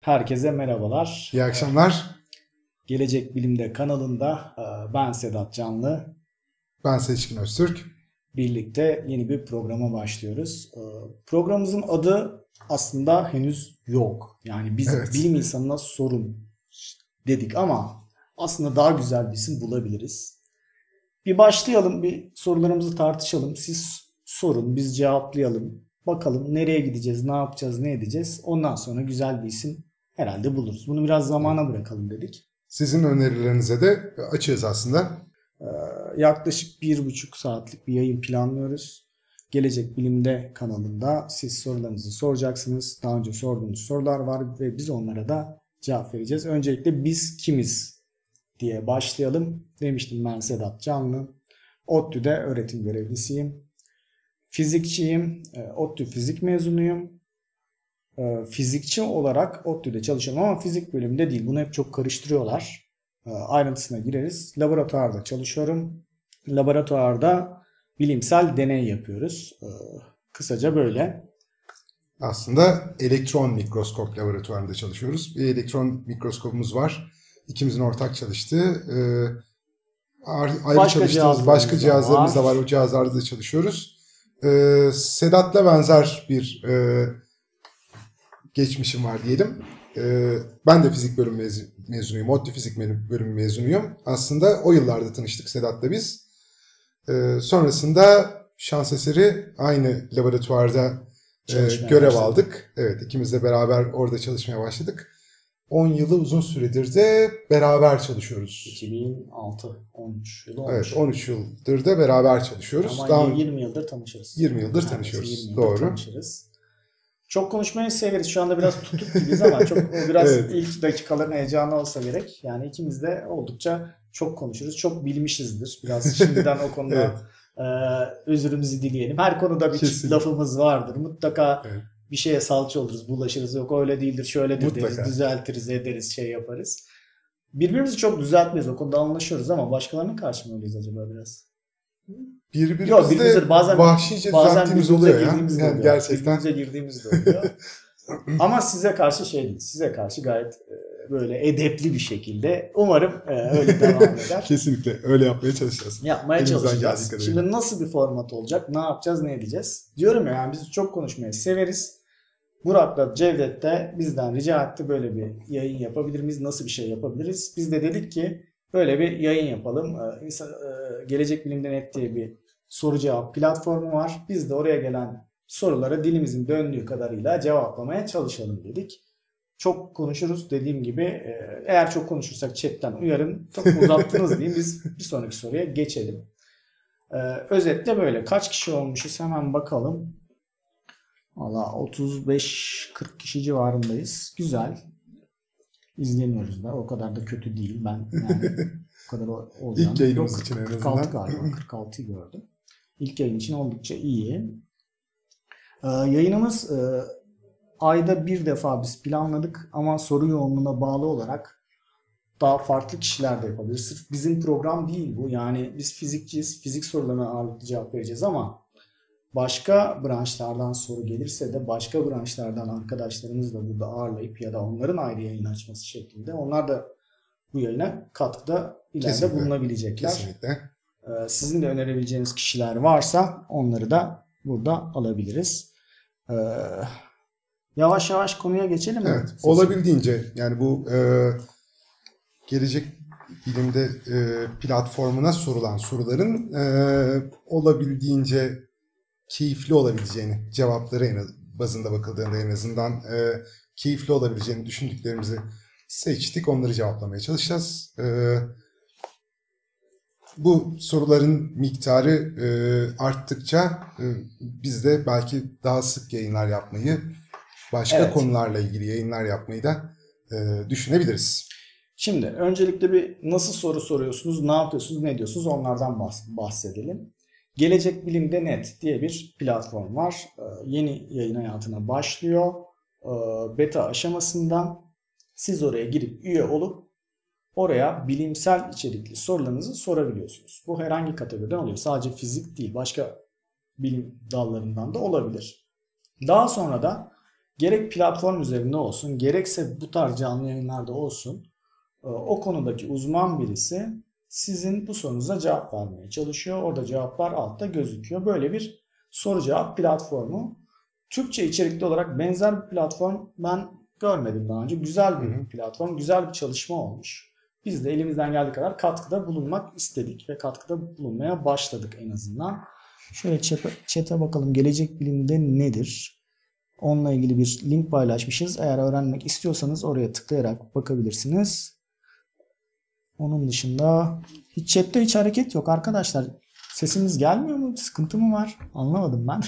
Herkese merhabalar. İyi akşamlar. Gelecek Bilim'de kanalında ben Sedat Canlı. Ben Seçkin Öztürk. Birlikte yeni bir programa başlıyoruz. Programımızın adı aslında henüz yok. Yani biz Evet. bilim insanına sorun dedik ama aslında daha güzel bir isim bulabiliriz. Bir başlayalım, bir sorularımızı tartışalım. Siz sorun, biz cevaplayalım. Bakalım nereye gideceğiz, ne yapacağız, ne edeceğiz. Ondan sonra güzel bir isim herhalde buluruz. Bunu biraz zamana bırakalım dedik. Sizin önerilerinize de açığız aslında. Ee, Yaklaşık 1,5 saatlik bir yayın planlıyoruz. Gelecek Bilim'de kanalında siz sorularınızı soracaksınız. Daha önce sorduğunuz sorular var ve biz onlara da cevap vereceğiz. Öncelikle biz kimiz diye başlayalım. Demiştim, ben Sedat Canlı. ODTÜ'de öğretim görevlisiyim. Fizikçiyim. ODTÜ fizik mezunuyum. Fizikçi olarak ODTÜ'de çalışıyorum ama fizik bölümünde değil. Bunu hep çok karıştırıyorlar. Ayrıntısına gireriz. Laboratuvarda çalışıyorum. Laboratuvarda bilimsel deney yapıyoruz. Kısaca böyle. Aslında elektron mikroskop laboratuvarında çalışıyoruz. Bir elektron mikroskopumuz var. İkimizin ortak çalıştığı. Ayrı Başka çalıştığımız başka cihazlarımız da cihazlarımız da var. var. O cihazlarda da çalışıyoruz. Sedat'la benzer bir geçmişim var diyelim. Ben de fizik bölümü mezunuyum. ODTÜ fizik bölümü mezunuyum. Aslında o yıllarda tanıştık Sedat'la biz. Sonrasında şans eseri aynı laboratuvarda Çalışmaya görev başladık. aldık. Evet, ikimiz de beraber orada çalışmaya başladık. 10 yılı uzun süredir de beraber çalışıyoruz. 2006, 13 yılı Evet, olmuş. 13 yıldır da beraber çalışıyoruz. Ama Daha 20 yıldır tanışırız. 20 yıldır Neredeyse tanışıyoruz. 20 yıldır Doğru. tanışırız. Çok konuşmayı severiz. Şu anda biraz tutuk gibiyiz ama o biraz Evet. ilk dakikaların heyecanı olsa gerek. Yani ikimiz de oldukça çok konuşuruz. Çok bilmişizdir. Biraz şimdiden o konuda özürümüzü dileyelim. Her konuda bir çift Kesin. lafımız vardır. Mutlaka Evet. bir şeye salça oluruz, bulaşırız. Yok öyle değildir, şöyledir deriz, Mutlaka. düzeltiriz, ederiz, şey yaparız. Birbirimizi çok düzeltmeyiz. O konuda anlaşıyoruz ama başkalarına karşı mı öyleyiz acaba biraz? Yok, Birbirimizde birbirimizle bazen vahşice düzelttiğimiz birbirimize oluyor ya. girdiğimiz de Yani oluyor. gerçekten. Birbirimize girdiğimiz de oluyor. Ama size karşı şey değil. Size karşı gayet böyle edepli bir şekilde. Umarım öyle devam eder. Kesinlikle öyle yapmaya çalışacağız. Yapmaya Elimizden çalışacağız. geldiği kadarıyla. Şimdi nasıl bir format olacak? Ne yapacağız? Ne edeceğiz? Diyorum ya, yani biz çok konuşmayı severiz. Burak'la Cevdet de bizden rica etti, böyle bir yayın yapabilir miyiz? Nasıl bir şey yapabiliriz? Biz de dedik ki böyle bir yayın yapalım. Gelecek Bilim'den Net diye bir soru cevap platformu var. Biz de oraya gelen sorulara dilimizin döndüğü kadarıyla cevaplamaya çalışalım dedik. Çok konuşuruz dediğim gibi. Eğer çok konuşursak chatten uyarın. Çok uzattınız diyeyim. Biz bir sonraki soruya geçelim. Özetle böyle. Kaç kişi olmuşuz hemen bakalım. Valla 35-40 kişi civarındayız. Güzel. İzleniyoruz da. O kadar da kötü değil. Ben yani o kadar olacağını. İlk yayınımız Yok, için en 46 azından. galiba. 46'yı gördüm. İlk yayın için oldukça iyi. Yayınımız ayda bir defa biz planladık ama soru yoğunluğuna bağlı olarak daha farklı kişiler de yapabilir. Sırf bizim program değil bu. Yani biz fizikçiyiz. Fizik sorularına ağırlıklı cevap vereceğiz ama başka branşlardan soru gelirse de başka branşlardan arkadaşlarımız da burada ağırlayıp ya da onların ayrı yayın açması şeklinde onlar da bu yayına katkıda ileride Kesinlikle. bulunabilecekler. Kesinlikle. Sizin de önerebileceğiniz kişiler varsa onları da burada alabiliriz. Yavaş yavaş konuya geçelim mi? Evet. Olabildiğince yani bu gelecek bilimde platformuna sorulan soruların olabildiğince keyifli olabileceğini, cevapları bazında bakıldığında en azından keyifli olabileceğini düşündüklerimizi seçtik. Onları cevaplamaya çalışacağız. Bu soruların miktarı arttıkça biz de belki daha sık yayınlar yapmayı, başka konularla ilgili yayınlar yapmayı da düşünebiliriz. Şimdi öncelikle bir nasıl soru soruyorsunuz, ne yapıyorsunuz, ne diyorsunuz onlardan bahsedelim. Gelecek Bilim'de Net diye bir platform var. Yeni yayın hayatına başlıyor. Beta aşamasından siz oraya girip üye olup oraya bilimsel içerikli sorularınızı sorabiliyorsunuz. Bu herhangi kategoriden oluyor. Sadece fizik değil, başka bilim dallarından da olabilir. Daha sonra da gerek platform üzerinde olsun, gerekse bu tarz canlı yayınlarda olsun, o konudaki uzman birisi sizin bu sorunuza cevap vermeye çalışıyor. Orada cevaplar altta gözüküyor. Böyle bir soru cevap platformu. Türkçe içerikli olarak benzer bir platform ben görmedim daha önce. Güzel bir platform, güzel bir çalışma olmuş. Biz de elimizden geldiği kadar katkıda bulunmak istedik ve katkıda bulunmaya başladık en azından. Şöyle chat'e bakalım. Gelecek bilimde nedir? Onunla ilgili bir link paylaşmışız. Eğer öğrenmek istiyorsanız oraya tıklayarak bakabilirsiniz. Onun dışında chat'te hiç hareket yok arkadaşlar. Sesimiz gelmiyor mu? Sıkıntı mı var? Anlamadım ben.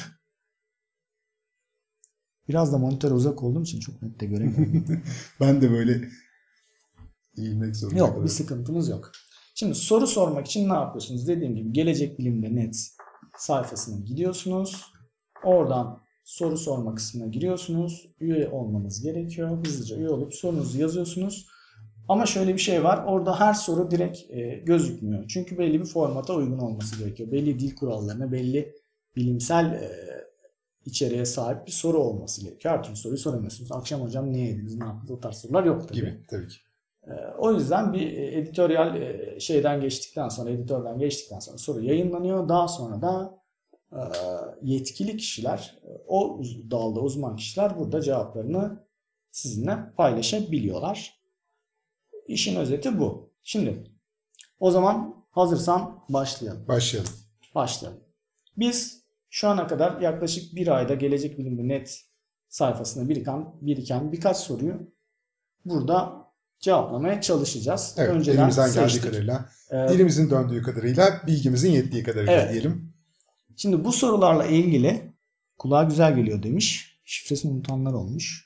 Biraz da monitöre uzak olduğum için çok net de göremiyorum. Ben de böyle eğilmek zorunda Yok, kalıyorum. bir sıkıntımız yok. Şimdi soru sormak için ne yapıyorsunuz? Dediğim gibi Gelecek Bilim'de net sayfasına gidiyorsunuz. Oradan soru sorma kısmına giriyorsunuz. Üye olmanız gerekiyor. Hızlıca üye olup sorunuzu yazıyorsunuz. Ama şöyle bir şey var. Orada her soru direkt gözükmüyor. Çünkü belli bir formata uygun olması gerekiyor. Belli dil kurallarına, belli bilimsel içeriğe sahip bir soru olması gerekiyor. Her türlü soruyu soramıyorsunuz. Akşam hocam ne yediniz, ne yaptınız? O tarz sorular yok tabii. Gibi tabii ki. O yüzden bir editoryal editörden geçtikten sonra soru yayınlanıyor. Daha sonra da yetkili kişiler, o dalda uzman kişiler burada cevaplarını sizinle paylaşabiliyorlar. İşin özeti bu. Şimdi o zaman hazırsan başlayalım. Başlayalım. Biz şu ana kadar yaklaşık bir ayda Gelecek Bilim'de net sayfasına biriken birkaç soruyu burada cevaplamaya çalışacağız. Evet, önceden elimizden geldiği seçtik. kadarıyla, dilimizin döndüğü kadarıyla, bilgimizin yettiği kadarıyla Evet. diyelim. Şimdi bu sorularla ilgili kulağa güzel geliyor demiş. Şifresini unutanlar olmuş.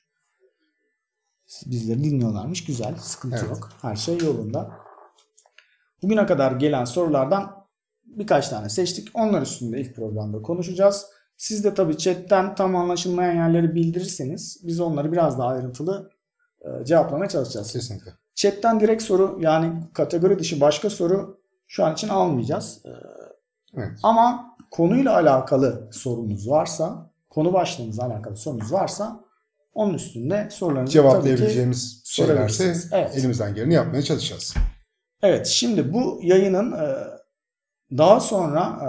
Bizleri dinliyorlarmış. Güzel. Sıkıntı yok. Her şey yolunda. Bugüne kadar gelen sorulardan birkaç tane seçtik. Onlar üstünde ilk programda konuşacağız. Siz de tabii chatten tam anlaşılmayan yerleri bildirirseniz biz onları biraz daha ayrıntılı cevaplamaya çalışacağız. Kesinlikle. Chatten direkt soru, yani kategori dışı başka soru şu an için almayacağız. Evet. Ama konuyla alakalı sorunuz varsa, konu başlığımızla alakalı sorunuz varsa onun üstünde sorularınızı cevaplayabileceğimiz tabii ki şeylerse evet. elimizden geleni yapmaya çalışacağız. Evet, şimdi bu yayının daha sonra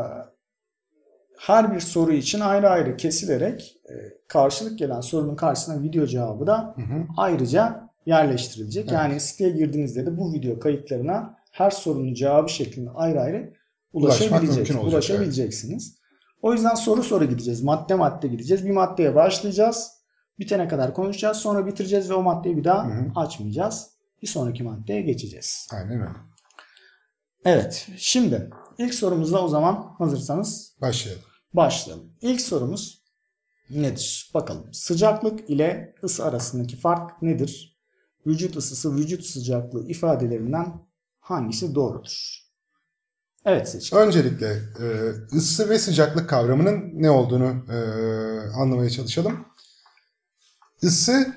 her bir soru için ayrı ayrı kesilerek karşılık gelen sorunun karşısına video cevabı da ayrıca yerleştirilecek. Evet. Yani siteye girdiğinizde de bu video kayıtlarına her sorunun cevabı şeklinde ayrı ayrı ulaşabileceksiniz. Evet. O yüzden soru gideceğiz. Madde madde gideceğiz. Bir maddeye başlayacağız. Bitene kadar konuşacağız. Sonra bitireceğiz ve o maddeyi bir daha açmayacağız. Bir sonraki maddeye geçeceğiz. Aynen öyle. Evet. Şimdi ilk sorumuzla o zaman hazırsanız başlayalım. İlk sorumuz nedir? Bakalım. Sıcaklık ile ısı arasındaki fark nedir? Vücut ısısı, vücut sıcaklığı ifadelerinden hangisi doğrudur? Evet Seçkin. Öncelikle ısı ve sıcaklık kavramının ne olduğunu anlamaya çalışalım. Isı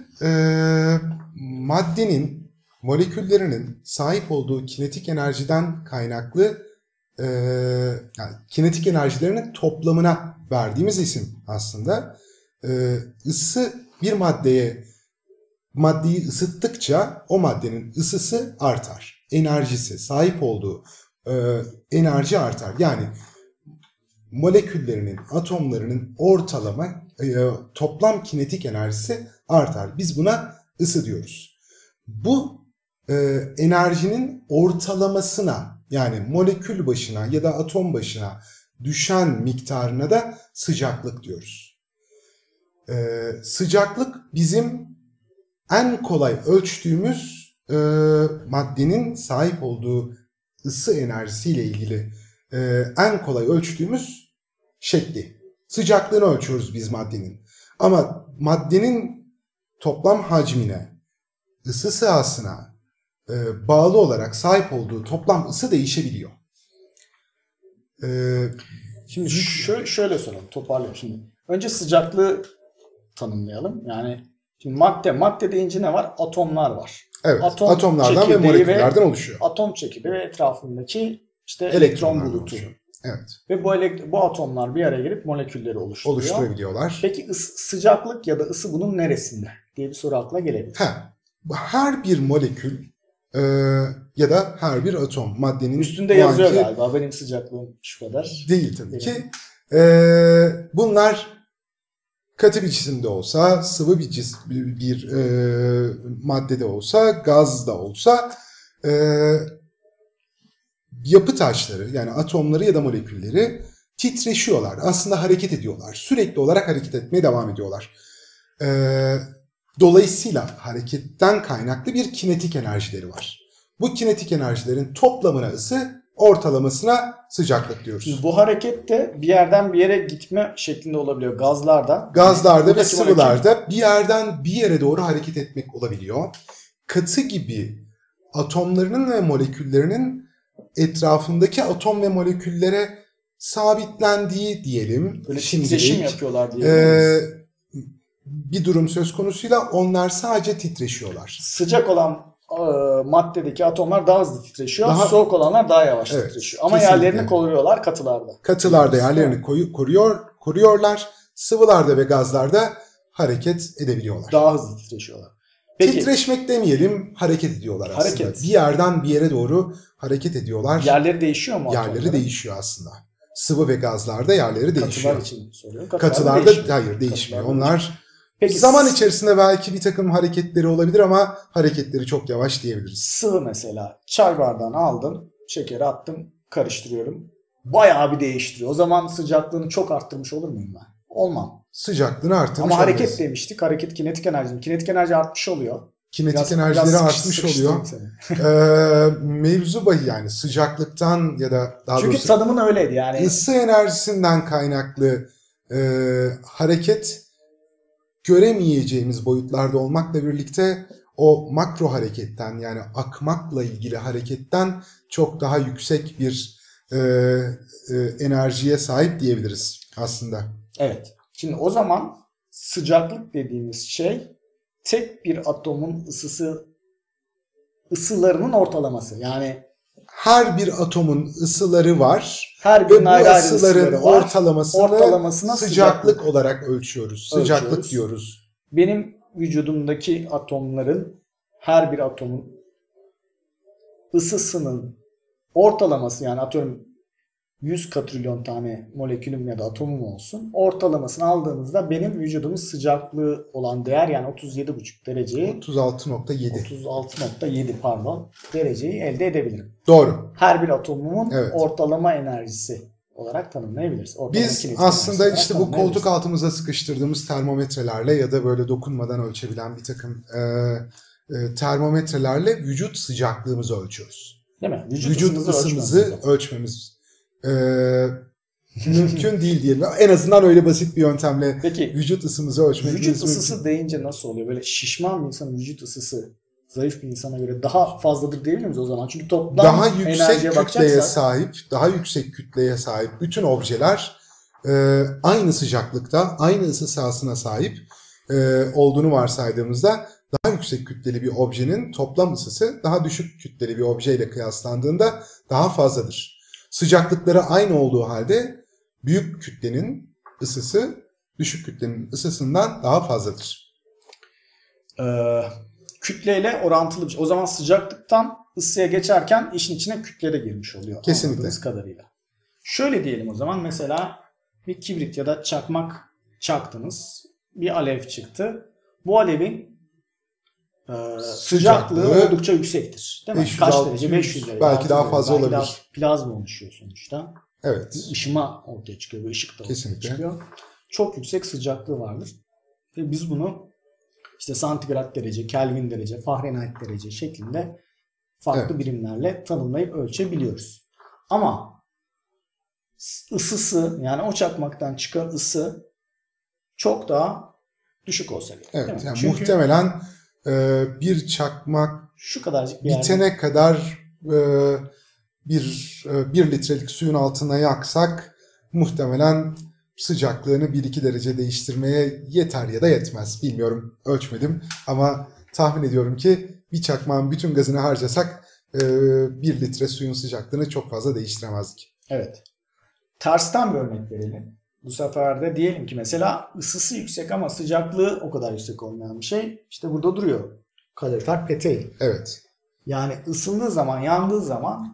maddenin, moleküllerinin sahip olduğu kinetik enerjiden kaynaklı yani kinetik enerjilerinin toplamına verdiğimiz isim aslında. Isı bir maddeyi ısıttıkça o maddenin ısısı artar. Enerjisi, sahip olduğu enerji artar. Yani moleküllerinin, atomlarının ortalama toplam kinetik enerjisi artar. Biz buna ısı diyoruz. Bu enerjinin ortalamasına, yani molekül başına ya da atom başına düşen miktarına da sıcaklık diyoruz. Sıcaklık bizim en kolay ölçtüğümüz maddenin sahip olduğu ısı enerjisiyle ilgili en kolay ölçtüğümüz şekli. Sıcaklığını ölçüyoruz biz maddenin. Ama maddenin toplam hacmine, ısı sahasına bağlı olarak sahip olduğu toplam ısı değişebiliyor. Şimdi şöyle soralım, toparlayalım şimdi. Önce sıcaklığı tanımlayalım. Yani şimdi madde deyince ne var? Atomlar var. Evet, atomlardan ve moleküllerden oluşuyor. Atom çekirdeği ve etrafındaki işte elektron bulutu Evet. Ve bu atomlar bir araya gelip molekülleri Oluşturabiliyorlar. Peki sıcaklık ya da ısı bunun neresinde diye bir soru akla gelebilir. Her bir molekül ya da her bir atom maddenin üstünde yazıyor galiba benim sıcaklığım şu kadar. Değil tabii ki. Bunlar katı bir cisimde olsa, sıvı bir maddede olsa, gaz da olsa yapı taşları yani atomları ya da molekülleri titreşiyorlar. Aslında hareket ediyorlar. Sürekli olarak hareket etmeye devam ediyorlar. Dolayısıyla hareketten kaynaklı bir kinetik enerjileri var. Bu kinetik enerjilerin toplamına ısı, ortalamasına sıcaklık diyoruz. Şimdi bu harekette bir yerden bir yere gitme şeklinde olabiliyor gazlarda. Gazlarda ve sıvılarda bir yerden bir yere doğru hareket etmek olabiliyor. Katı gibi atomlarının ve moleküllerinin etrafındaki atom ve moleküllere sabitlendiği diyelim. Böyle titreşim yapıyorlar diyelim. Bir durum söz konusuyla onlar sadece titreşiyorlar. Sıcak olan maddedeki atomlar daha hızlı titreşiyor. Soğuk olanlar daha yavaş titreşiyor. Ama kesinlikle. Yerlerini koruyorlar katılarda. Katılarda yerlerini koruyorlar. Sıvılarda ve gazlarda hareket edebiliyorlar. Daha hızlı titreşiyorlar. Peki, titreşmek demeyelim, hareket ediyorlar aslında. Bir yerden bir yere doğru hareket ediyorlar. Yerleri değişiyor mu? Yerleri değişiyor aslında. Sıvı ve gazlarda yerleri değişiyor. Katılar için soruyorum. Katılarda hayır değişmiyor. Onlar zaman içerisinde belki bir takım hareketleri olabilir ama hareketleri çok yavaş diyebiliriz. Sıvı mesela çay bardağını aldım, şekeri attım, karıştırıyorum. Bayağı bir değiştiriyor. O zaman sıcaklığını çok arttırmış olur muyum ben? Olmam. Sıcaklığını arttırmış ama hareket demiştik. Hareket kinetik enerji. Kinetik enerji artmış oluyor. Kinetik enerjileri artmış oluyor. Mevzu bahis yani sıcaklıktan ya da daha çünkü doğrusu tanımın öyleydi yani. Isı enerjisinden kaynaklı hareket göremeyeceğimiz boyutlarda olmakla birlikte o makro hareketten yani akmakla ilgili hareketten çok daha yüksek bir enerjiye sahip diyebiliriz aslında. Evet. Şimdi o zaman sıcaklık dediğimiz şey tek bir atomun ısılarının ortalaması. Yani her bir atomun ısıları var. Her ve bu ısıların ortalamasını sıcaklık olarak ölçüyoruz. Sıcaklık diyoruz. Benim vücudumdaki atomların her bir atomun ısısının ortalaması yani atıyorum 100 katrilyon tane molekülüm ya da atomum olsun. Ortalamasını aldığımızda benim vücudumun sıcaklığı olan değer yani 37,5 dereceyi 36,7 pardon dereceyi elde edebilirim. Doğru. Her bir atomumun ortalama enerjisi olarak tanımlayabiliriz. Biz aslında işte bu koltuk altımıza sıkıştırdığımız termometrelerle ya da böyle dokunmadan ölçebilen bir takım termometrelerle vücut sıcaklığımızı ölçüyoruz. Değil mi? Vücut ısımızı ölçmemiz mümkün değil diyelim. En azından öyle basit bir yöntemle vücut ısımızı ölçmek mümkün. Vücut ısısı deyince nasıl oluyor? Böyle şişman bir insanın vücut ısısı zayıf bir insana göre daha fazladır diyebilir miyiz o zaman? Çünkü toplam daha yüksek kütleye sahip bütün objeler aynı sıcaklıkta, aynı ısı sahasına sahip olduğunu varsaydığımızda daha yüksek kütleli bir objenin toplam ısısı daha düşük kütleli bir objeyle kıyaslandığında daha fazladır. Sıcaklıkları aynı olduğu halde büyük kütlenin ısısı düşük kütlenin ısısından daha fazladır. Kütleyle orantılı bir şey. O zaman sıcaklıktan ısıya geçerken işin içine kütle de girmiş oluyor. Kesinlikle. Anladığınız kadarıyla. Şöyle diyelim o zaman mesela bir kibrit ya da çakmak çaktınız. Bir alev çıktı. Bu alevin sıcaklığı oldukça yüksektir. Değil mi? 500, kaç 600, derece? 500 derece. Belki daha fazla olabilir. Daha plazma oluşuyor sonuçta. Evet. Işıma ortaya çıkıyor. Bir ışık da ortaya çıkıyor. Çok yüksek sıcaklığı vardır. Ve biz bunu işte santigrat derece, Kelvin derece, Fahrenheit derece şeklinde farklı birimlerle tanımlayıp ölçebiliyoruz. Ama ısısı yani o çakmaktan çıkan ısı çok daha düşük olsa gerek. Evet. Yani çünkü muhtemelen bir çakmak şu kadarcık bitene kadar bir litrelik suyun altına yaksak muhtemelen sıcaklığını 1-2 derece değiştirmeye yeter ya da yetmez. Bilmiyorum, ölçmedim ama tahmin ediyorum ki bir çakmağın bütün gazını harcasak 1 litre suyun sıcaklığını çok fazla değiştiremezdik. Evet. tersten bir örnek verelim. Bu sefer de diyelim ki mesela ısısı yüksek ama sıcaklığı o kadar yüksek olmayan bir şey. İşte burada duruyor. Kalorifer peteği. Evet. Yani ısındığı zaman, yandığı zaman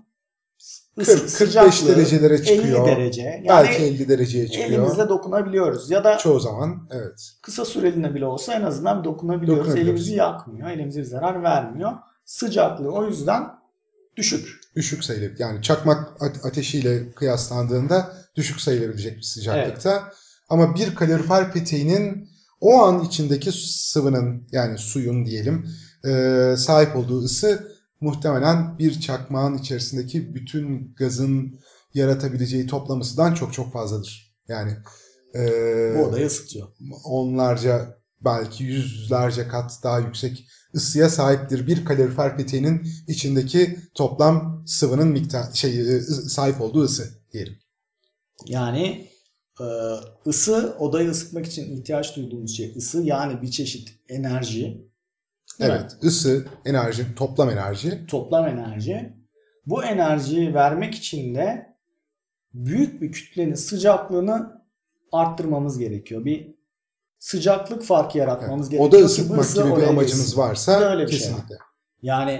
40-45 derecelere çıkıyor. 50 derece. Yani belki 50 dereceye çıkıyor. elimizle dokunabiliyoruz. Ya da çoğu zaman evet. kısa süreliğine bile olsa en azından dokunabiliyoruz. Elimizi yakmıyor. Elimize bir zarar vermiyor. Sıcaklığı o yüzden düşük. Düşük sayılır. Yani çakmak ateşiyle kıyaslandığında düşük sayılabilecek bir sıcaklıkta. Evet. Ama bir kalorifer peteğinin o an içindeki sıvının, yani suyun diyelim, sahip olduğu ısı muhtemelen bir çakmağın içerisindeki bütün gazın yaratabileceği toplam ısıdan çok çok fazladır. Yani bu odayı ısıtıyor. Onlarca, belki yüzlerce kat daha yüksek ısıya sahiptir bir kalorifer peteğinin içindeki toplam sıvının sahip olduğu ısı diyelim. Yani ısı, odayı ısıtmak için ihtiyaç duyduğumuz şey ısı, yani bir çeşit enerji. Evet, ısı, enerji, toplam enerji. Toplam enerji. Bu enerjiyi vermek için de büyük bir kütlenin sıcaklığını arttırmamız gerekiyor. Bir sıcaklık farkı yaratmamız gerekiyor. Oda ısıtmak gibi bir amacımız varsa öyle bir kesinlikle. Şey. Yani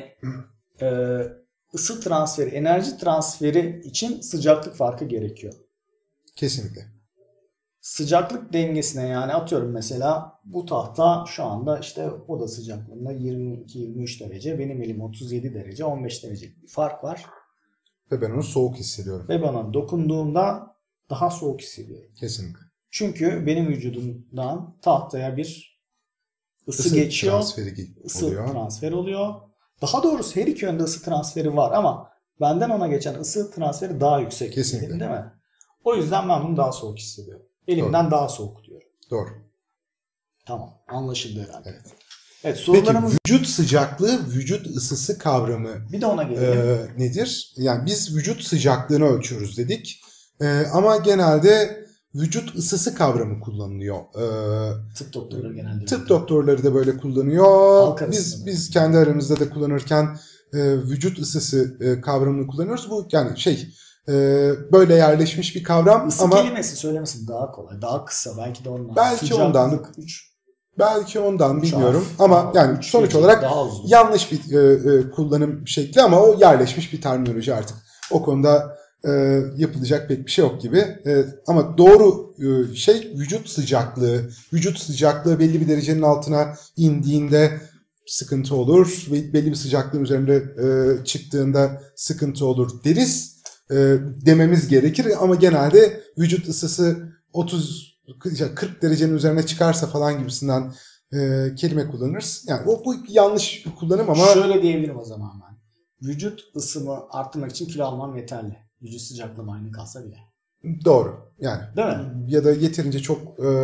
ısı transferi, enerji transferi için sıcaklık farkı gerekiyor. Kesinlikle. Sıcaklık dengesine, yani atıyorum mesela bu tahta şu anda işte oda sıcaklığında 22-23 derece. Benim elim 37 derece, 15 derecelik bir fark var. Ve ben onu soğuk hissediyorum. Ve bana dokunduğumda daha soğuk hissediyorum. Kesinlikle. Çünkü benim vücudumdan tahtaya bir ısı geçiyor. Transferi oluyor. Daha doğrusu her iki yönde ısı transferi var ama benden ona geçen ısı transferi daha yüksek. Kesinlikle. Değil mi? O yüzden ben bunu daha soğuk hissediyorum. Elimden Doğru. daha soğuk diyorum. Doğru. Tamam. Anlaşıldı herhalde. Evet. Evet, sorularımız... Peki vücut sıcaklığı, vücut ısısı kavramı bir de ona gelelim. Nedir? Yani biz vücut sıcaklığını ölçüyoruz dedik. Ama genelde vücut ısısı kavramı kullanılıyor. Tıp doktorları genelde. Tıp doktorları da böyle kullanıyor. Halk Biz kendi aramızda da kullanırken vücut ısısı kavramını kullanıyoruz. Bu yani böyle yerleşmiş bir kavram. Isı ama kelimesi söylemesi daha kolay, daha kısa, belki de ondan. Belki ondan bilmiyorum ama yani sonuç olarak yanlış bir kullanım şekli, ama o yerleşmiş bir terminoloji artık. O konuda yapılacak pek bir şey yok gibi. Ama doğru vücut sıcaklığı. Vücut sıcaklığı belli bir derecenin altına indiğinde sıkıntı olur. Belli bir sıcaklığın üzerinde çıktığında sıkıntı olur deriz. Dememiz gerekir ama genelde vücut ısısı 40 derecenin üzerine çıkarsa falan gibisinden kelime kullanırız. Yani bu yanlış bir kullanım ama... Şöyle diyebilirim o zaman ben. Vücut ısımı arttırmak için kilo almam yeterli. Vücut sıcaklığım aynı kalsa bile. Doğru. Yani. Değil mi? Ya da yeterince çok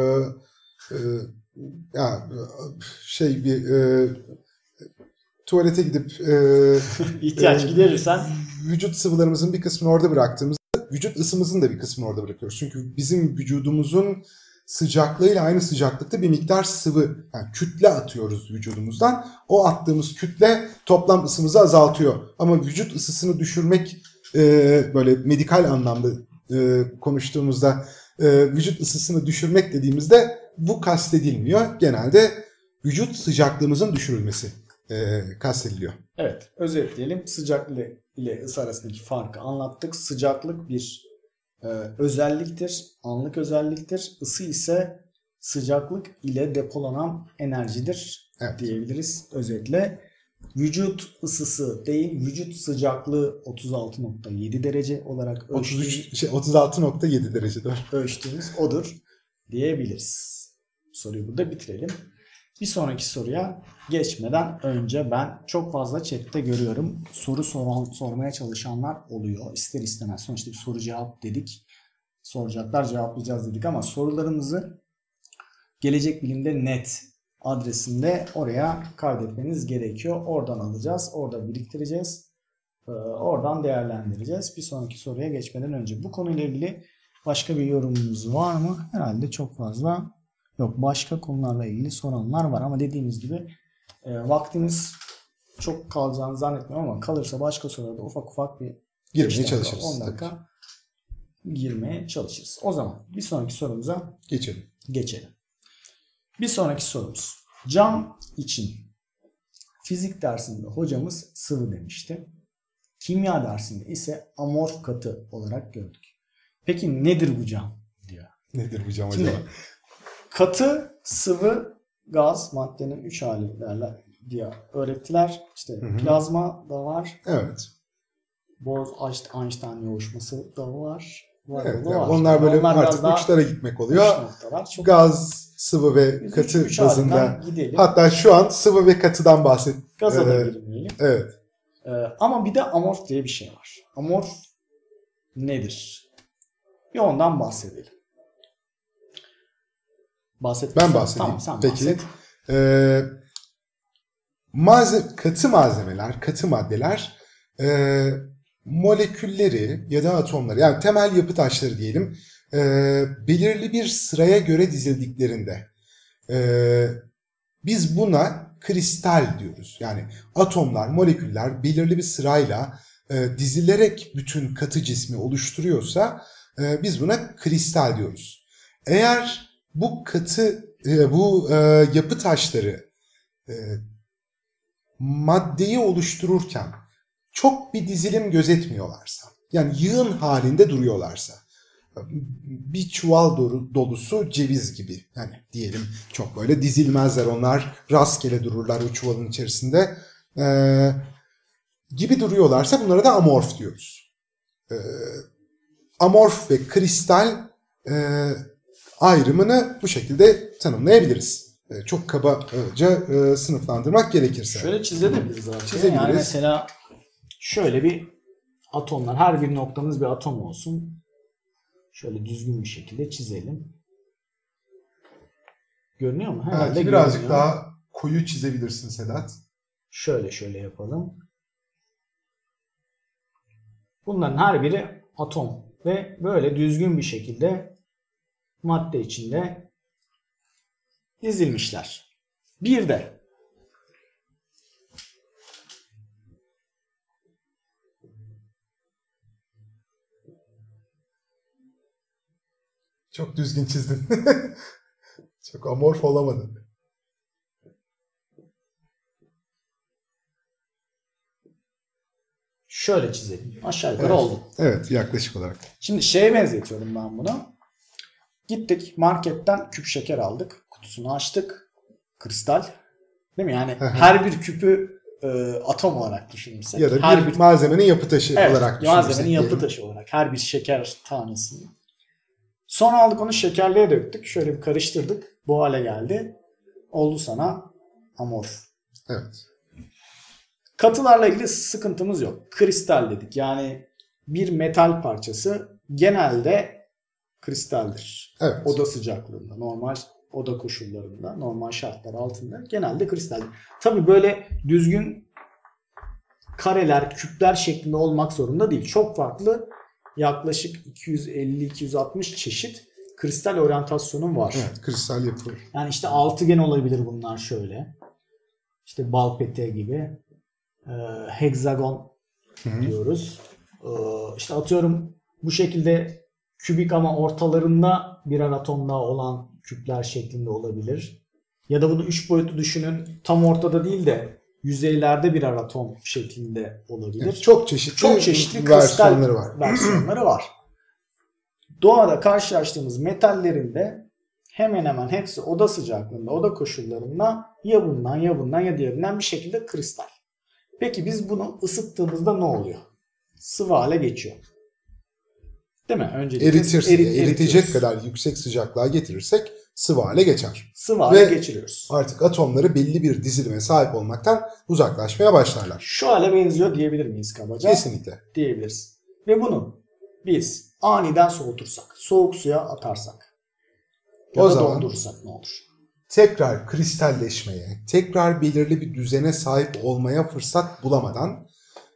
tuvalete gidip ihtiyaç giderirsen vücut sıvılarımızın bir kısmını orada bıraktığımızda vücut ısımızın da bir kısmını orada bırakıyoruz. Çünkü bizim vücudumuzun sıcaklığıyla aynı sıcaklıkta bir miktar sıvı, yani kütle atıyoruz vücudumuzdan. O attığımız kütle toplam ısımızı azaltıyor. Ama vücut ısısını düşürmek, böyle medikal anlamda konuştuğumuzda vücut ısısını düşürmek dediğimizde bu kastedilmiyor. Genelde vücut sıcaklığımızın düşürülmesi kastediliyor. Evet, özetleyelim. Sıcaklık ile ısı arasındaki farkı anlattık. Sıcaklık bir özelliktir, anlık özelliktir. Isı ise sıcaklık ile depolanan enerjidir, evet, diyebiliriz özetle. Vücut ısısı değil, vücut sıcaklığı 36.7 derece olarak 36.7 derece doğru. Ölçtüğümüz odur diyebiliriz. Soruyu burada bitirelim. Bir sonraki soruya geçmeden önce ben çok fazla chatte görüyorum. Soru sormaya çalışanlar oluyor. İster istemez. Sonuçta bir soru cevap dedik. Soracaklar, cevaplayacağız dedik ama sorularınızı Gelecek Bilim'de net adresinde oraya kaydetmeniz gerekiyor. Oradan alacağız. Orada biriktireceğiz. Oradan değerlendireceğiz. Bir sonraki soruya geçmeden önce bu konuyla ilgili başka bir yorumunuz var mı? Herhalde çok fazla yok. Başka konularla ilgili soranlar var ama dediğimiz gibi vaktimiz çok kalacağını zannetmiyorum ama kalırsa başka sorularda ufak ufak bir girmeye çalışırız. 10 dakika girmeye çalışırız. O zaman bir sonraki sorumuza Geçelim. Bir sonraki sorumuz. Cam için fizik dersinde hocamız sıvı demişti. Kimya dersinde ise amorf katı olarak gördük. Peki nedir bu cam diyor. Nedir bu cam Şimdi, acaba? katı, sıvı, gaz maddenin 3 hali derler diye öğrettiler. İşte plazma da var. Evet. Bose-Einstein yoğuşması da var. Evet, var. onlar böyle Onlar artık uçlara gitmek oluyor. Gaz, sıvı ve katı bazında. Hatta şu an sıvı ve katıdan bahset. Gaza da girmeyelim. Evet. Ama bir de amorf diye bir şey var. Amorf nedir? Bir ondan bahsedelim. Ben bahsedeyim. Tamam, sen peki. bahset. Katı malzemeler, katı maddeler molekülleri ya da atomları, yani temel yapı taşları diyelim, belirli bir sıraya göre dizildiklerinde biz buna kristal diyoruz. Yani atomlar, moleküller belirli bir sırayla dizilerek bütün katı cismi oluşturuyorsa biz buna kristal diyoruz. Eğer bu yapı taşları maddeyi oluştururken çok bir dizilim gözetmiyorlarsa, yani yığın halinde duruyorlarsa, bir çuval dolusu ceviz gibi, yani diyelim çok böyle dizilmezler, onlar rastgele dururlar o çuvalın içerisinde gibi duruyorlarsa bunlara da amorf diyoruz. Amorf ve kristal ayrımını bu şekilde tanımlayabiliriz. Çok kabaca sınıflandırmak gerekirse. Şöyle çizebiliriz zaten. Yani mesela şöyle bir atomlar, her bir noktamız bir atom olsun. Şöyle düzgün bir şekilde çizelim. Görünüyor mu? Belki birazcık daha koyu çizebilirsin Sedat. Şöyle yapalım. Bunların her biri atom ve böyle düzgün bir şekilde madde içinde dizilmişler. Bir de çok düzgün çizdin. Çok amorf olamadın. şöyle çizelim. Aşağı yukarı oldu. Evet, yaklaşık olarak. Şimdi şeye benzetiyorum ben bunu. Gittik marketten küp şeker aldık. Kutusunu açtık. Kristal. Değil mi? Yani her bir küpü atom olarak düşünürsek. Ya da bir malzemenin yapı taşı olarak düşünürsek. Malzemenin yapı taşı olarak. Her bir şeker tanesini. Sonra aldık onu şekerliğe döktük. Şöyle bir karıştırdık. Bu hale geldi. Oldu sana amorf. Evet. Katılarla ilgili sıkıntımız yok. Kristal dedik. Yani bir metal parçası genelde kristaldir. Evet. Oda sıcaklığında, normal oda koşullarında, normal şartlar altında genelde kristaldir. Tabii böyle düzgün kareler, küpler şeklinde olmak zorunda değil. Çok farklı, yaklaşık 250-260 çeşit kristal oryantasyonu var. Evet, kristal yapı. Yani işte altıgen olabilir bunlar şöyle. İşte bal peteği gibi. Hexagon diyoruz. İşte atıyorum bu şekilde kübik ama ortalarında birer atom daha olan küpler şeklinde olabilir. Ya da bunu 3 boyutlu düşünün. Tam ortada değil de yüzeylerde birer atom şeklinde olabilir. Evet, çok çeşitli versiyonları var. Doğada karşılaştığımız metallerin de hemen hemen hepsi oda sıcaklığında, oda koşullarında ya bundan ya diğerinden bir şekilde kristal. Peki biz bunu ısıttığımızda ne oluyor? Sıvı hale geçiyor. Değil mi? Öncelikle eritecek kadar yüksek sıcaklığa getirirsek sıvı hale geçer. Sıvı hale geçiriyoruz. Artık atomları belli bir dizilime sahip olmaktan uzaklaşmaya başlarlar. Şu hale benziyor diyebilir miyiz kabaca? Kesinlikle. Diyebiliriz. Ve bunu biz aniden soğutursak, soğuk suya atarsak ya da dondurursak ne olur? Tekrar kristalleşmeye, tekrar belirli bir düzene sahip olmaya fırsat bulamadan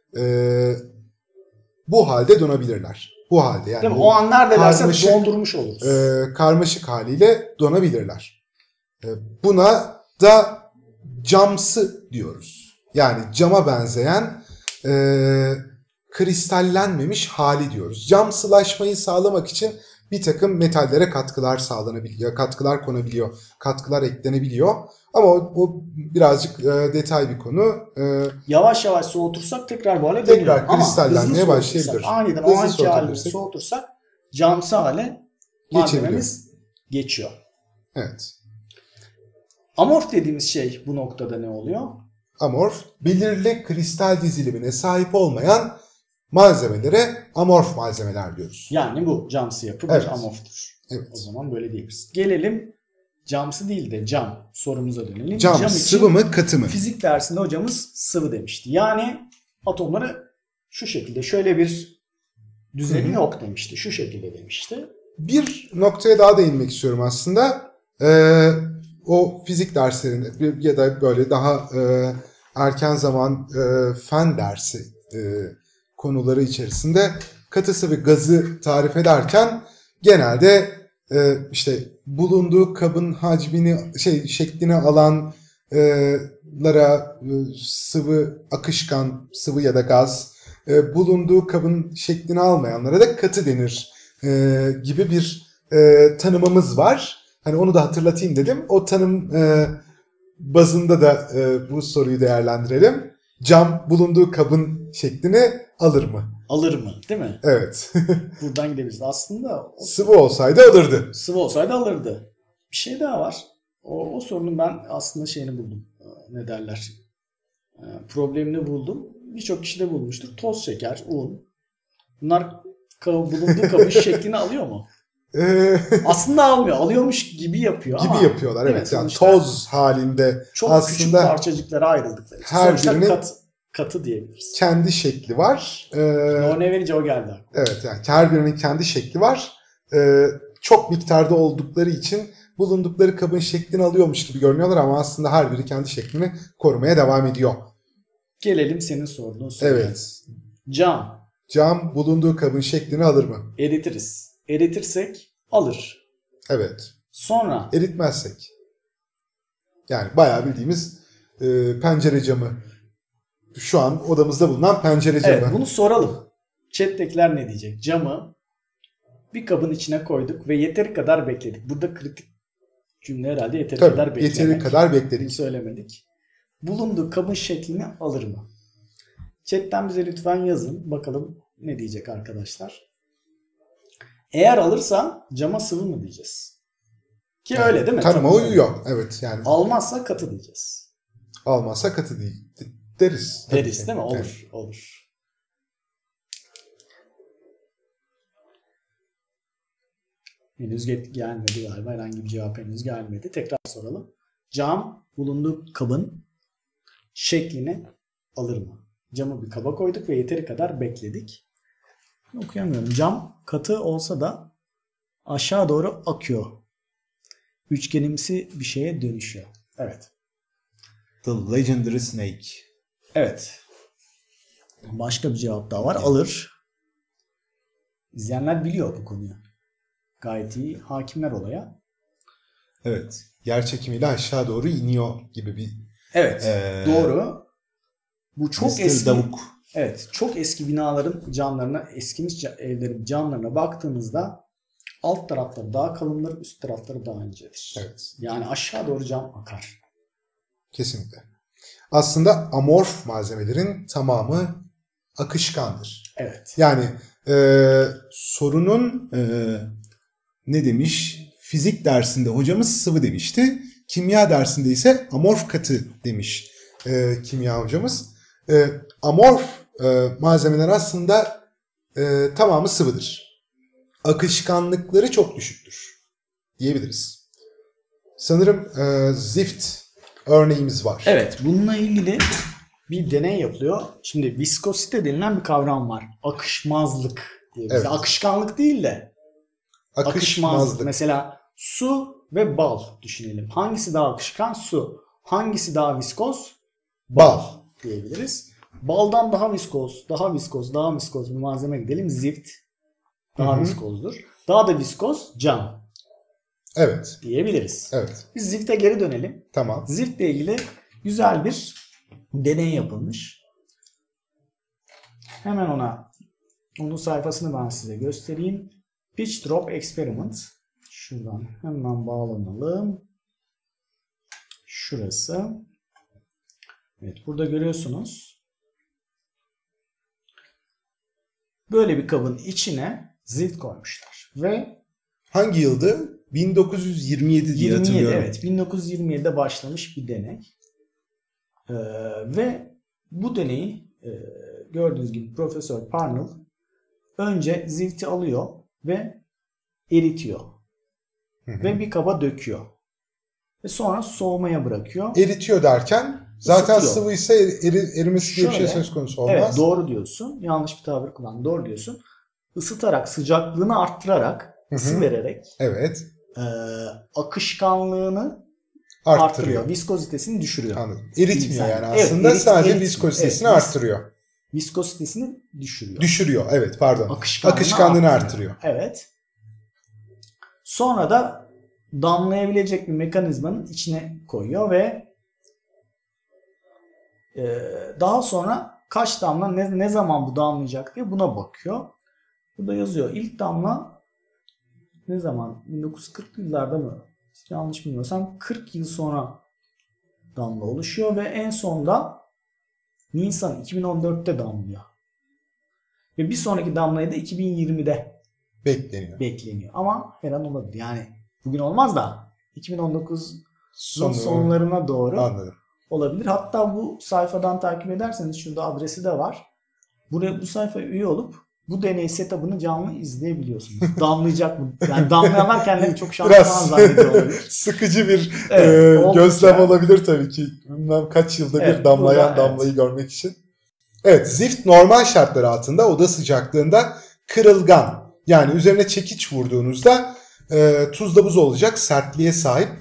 bu halde donabilirler. Bu halde yani. O an neredelerse dondurmuş oluruz. Karmaşık haliyle donabilirler. Buna da camsı diyoruz. Yani cama benzeyen kristallenmemiş hali diyoruz. Cam sılaşmayı sağlamak için bir takım metallere katkılar sağlanabiliyor, katkılar konabiliyor, katkılar eklenebiliyor. Ama o birazcık detay bir konu. Yavaş yavaş soğutursak tekrar bu hale dönüyor. Tekrar kristallenmeye başlayabilir. Aniden o Hızlı anki halini soğutabilirsek soğutursak camsı hale malzememiz geçiyor. Evet. Amorf dediğimiz şey bu noktada ne oluyor? Amorf, belirli kristal dizilimine sahip olmayan malzemelere amorf malzemeler diyoruz. Yani bu camsı yapı Evet. bir amorftur. Evet. O zaman böyle diyebiliriz. Gelelim camsı değil de cam sorumuza dönelim. Cam için sıvı mı katı mı? fizik dersinde hocamız sıvı demişti. Yani atomları şu şekilde şöyle bir düzeni yok demişti. Şu şekilde demişti. Bir noktaya daha değinmek istiyorum aslında. O fizik derslerinde ya da böyle daha erken zaman fen dersi konuları içerisinde katı sıvı gazı tarif ederken genelde işte bulunduğu kabın hacmini şeklini alanlara sıvı, akışkan sıvı ya da gaz, bulunduğu kabın şeklini almayanlara da katı denir gibi bir tanımımız var. Hani onu da hatırlatayım dedim. O tanım bazında da bu soruyu değerlendirelim. Cam bulunduğu kabın şeklini alır mı? Alır mı? Değil mi? Evet. Buradan gidebiliriz. Aslında Sıvı olsaydı alırdı. sıvı olsaydı alırdı. Bir şey daha var. O sorunun ben aslında şeyini buldum. Ne derler? Problemini buldum. Birçok kişi de bulmuştur. Toz şeker, un. Bunlar bulunduğu kabın şeklini alıyor mu? Aslında almıyor. Alıyormuş gibi yapıyor ama. Gibi yapıyorlar. Değil mi? Evet. Yani Sonuçta toz halinde çok aslında küçük parçacıklara ayrıldıkları için. her Sonuçta birinin katı diyebiliriz. kendi şekli var. O ne verince o geldi. Evet, yani her birinin kendi şekli var. Çok miktarda oldukları için bulundukları kabın şeklini alıyormuş gibi görünüyorlar ama aslında her biri kendi şeklini korumaya devam ediyor. Gelelim senin sorduğun soruya. Evet. Cam Cam bulunduğu kabın şeklini alır mı? eritiriz. Eritirsek alır. Evet. Sonra Eritmezsek. Yani bayağı bildiğimiz pencere camı. Şu an odamızda bulunan pencere camı. evet, bunu soralım. Chat'tekiler ne diyecek? Camı bir kabın içine koyduk ve yeteri kadar bekledik. Burada kritik cümle herhalde yeteri Tabii, kadar beklemek. yeteri kadar Bunu bekledik. söylemedik. Bulunduğu kabın şeklini alır mı? Chat'ten bize lütfen yazın. Bakalım ne diyecek arkadaşlar. Eğer alırsa cama sıvı mı diyeceğiz? Ki Yani öyle değil mi? tanıma Tabii. uyuyor. Evet, yani Almazsa katı diyeceğiz. almazsa katı değil. Deriz. Tabii Deriz ki. değil mi? Olur. Evet. Olur. Henüz gelmedi galiba. Herhangi bir cevap henüz gelmedi. Tekrar soralım. Cam bulunduğu kabın şeklini alır mı? Camı bir kaba koyduk ve yeteri kadar bekledik. Okuyamıyorum. Cam katı olsa da aşağı doğru akıyor. Üçgenimsi bir şeye dönüşüyor. Evet. The Legendary Snake. Evet. Başka bir cevap daha var. Alır. İzleyenler biliyor bu konuyu. Gayet iyi hakimler olaya. Evet. Yer çekimiyle aşağı doğru iniyor gibi bir... Evet. Doğru. Bu çok Mr. eski. Davuk. Evet. Çok eski binaların camlarına, eskimiş evlerin camlarına baktığınızda alt tarafları daha kalındır, üst tarafları daha incedir. Evet. Yani aşağı doğru cam akar. Kesinlikle. Aslında amorf malzemelerin tamamı akışkandır. Evet. Yani Sorunun ne demiş? Fizik dersinde hocamız sıvı demişti. Kimya dersinde ise amorf katı demiş. kimya hocamız. Amorf malzemeler aslında tamamı sıvıdır. Akışkanlıkları çok düşüktür diyebiliriz. Sanırım Zift örneğimiz var. Evet. Bununla ilgili bir deney yapılıyor. Şimdi viskosite denilen bir kavram var. Akışmazlık diye. Evet. Akışkanlık değil de akışmazlık. Akışmazlık. Mesela su ve bal düşünelim. Hangisi daha akışkan? Su. Hangisi daha viskoz? Bal. Diyebiliriz. Baldan daha viskoz, daha viskoz, daha viskoz bir malzeme gidelim. Zift daha viskozdur. Daha da viskoz cam Evet. diyebiliriz. Evet. Biz zifte geri dönelim. Tamam. Ziftle ilgili güzel bir deney yapılmış. Hemen onun sayfasını ben size göstereyim. Pitch Drop Experiment. Şuradan hemen bağlanalım. Şurası. Evet, burada görüyorsunuz. Böyle bir kabın içine zift koymuşlar. Ve Hangi yıldı? 1927 diye hatırlıyorum. Evet, 1927'de başlamış bir deney. Ve bu deneyi gördüğünüz gibi Profesör Parnell önce zifti alıyor ve eritiyor. Ve bir kaba döküyor. Ve sonra soğumaya bırakıyor. Eritiyor derken zaten Isıtıyor. sıvıysa erimesi diye bir şey Şöyle, söz konusu olmaz. Evet, doğru diyorsun. Yanlış bir tabir kullandın. Doğru diyorsun. Isıtarak, sıcaklığını arttırarak, ısı vererek Evet. akışkanlığını Arttırıyor. arttırıyor. Viskozitesini düşürüyor. Anladım. Eritmiyor yani Evet, aslında sadece eritmiyor. viskozitesini Evet, arttırıyor. Viskozitesini düşürüyor. Düşürüyor, evet, pardon. Akışkanlığını Akışkanlığını arttırıyor. Evet. Sonra da damlayabilecek bir mekanizmanın içine koyuyor ve daha sonra kaç damla ne zaman bu damlayacak diye buna bakıyor. Burada yazıyor. İlk damla ne zaman? 1940'lı yıllarda mı? Yanlış bilmiyorsam 40 yıl sonra damla oluşuyor ve en sonda Nisan 2014'te damlıyor. Ve bir sonraki damlayı da 2020'de bekleniyor. Ama her an olabilir. Yani bugün olmaz da 2019'un sonlarına doğru Anladım. olabilir. Hatta bu sayfadan takip ederseniz şurada adresi de var. Bu sayfaya üye olup bu deney setup'ını canlı izleyebiliyorsunuz. Damlayacak mı? Yani damlayanlar kendilerini çok şanslı zannediyor olabilir. Sıkıcı bir Evet, gözlem olabilir tabii ki. Bilmem kaç yılda bir damlayan damlayı görmek için. Evet, zift normal şartlar altında oda sıcaklığında kırılgan. Yani üzerine çekiç vurduğunuzda tuzla buz olacak sertliğe sahip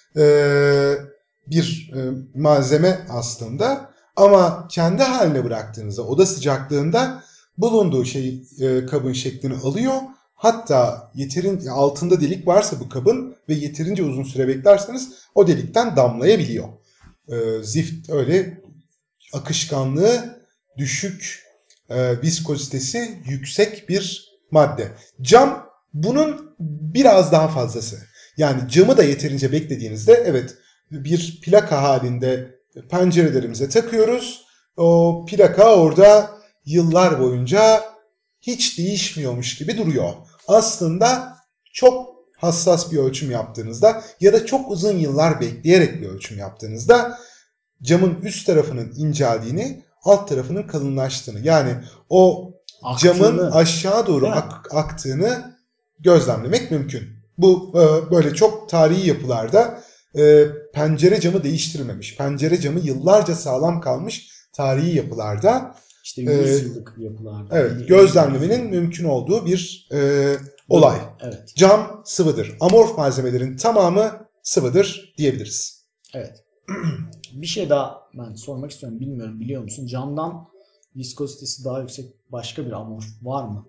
bir malzeme aslında. Ama kendi haline bıraktığınızda oda sıcaklığında bulunduğu kabın şeklini alıyor. Hatta yeterince altında delik varsa bu kabın ve yeterince uzun süre beklerseniz o delikten damlayabiliyor. Zift öyle akışkanlığı düşük, viskozitesi yüksek bir madde. Cam bunun biraz daha fazlası. Yani camı da yeterince beklediğinizde evet bir plaka halinde pencerelerimize takıyoruz. O plaka orada yıllar boyunca hiç değişmiyormuş gibi duruyor. Aslında çok hassas bir ölçüm yaptığınızda ya da çok uzun yıllar bekleyerek bir ölçüm yaptığınızda camın üst tarafının inceldiğini, alt tarafının kalınlaştığını, yani o camın aşağı doğru aktığını gözlemlemek mümkün. Bu böyle çok tarihi yapılarda pencere camı değiştirilmemiş, pencere camı yıllarca sağlam kalmış tarihi yapılarda, işte 100 yıllık yapılarda. Evet, gözlemlemenin mümkün olduğu bir olay. Evet. Cam sıvıdır. Amorf malzemelerin tamamı sıvıdır diyebiliriz. Evet. Bir şey daha ben sormak istiyorum. Bilmiyorum, biliyor musun? Camdan viskozitesi daha yüksek başka bir amorf var mı?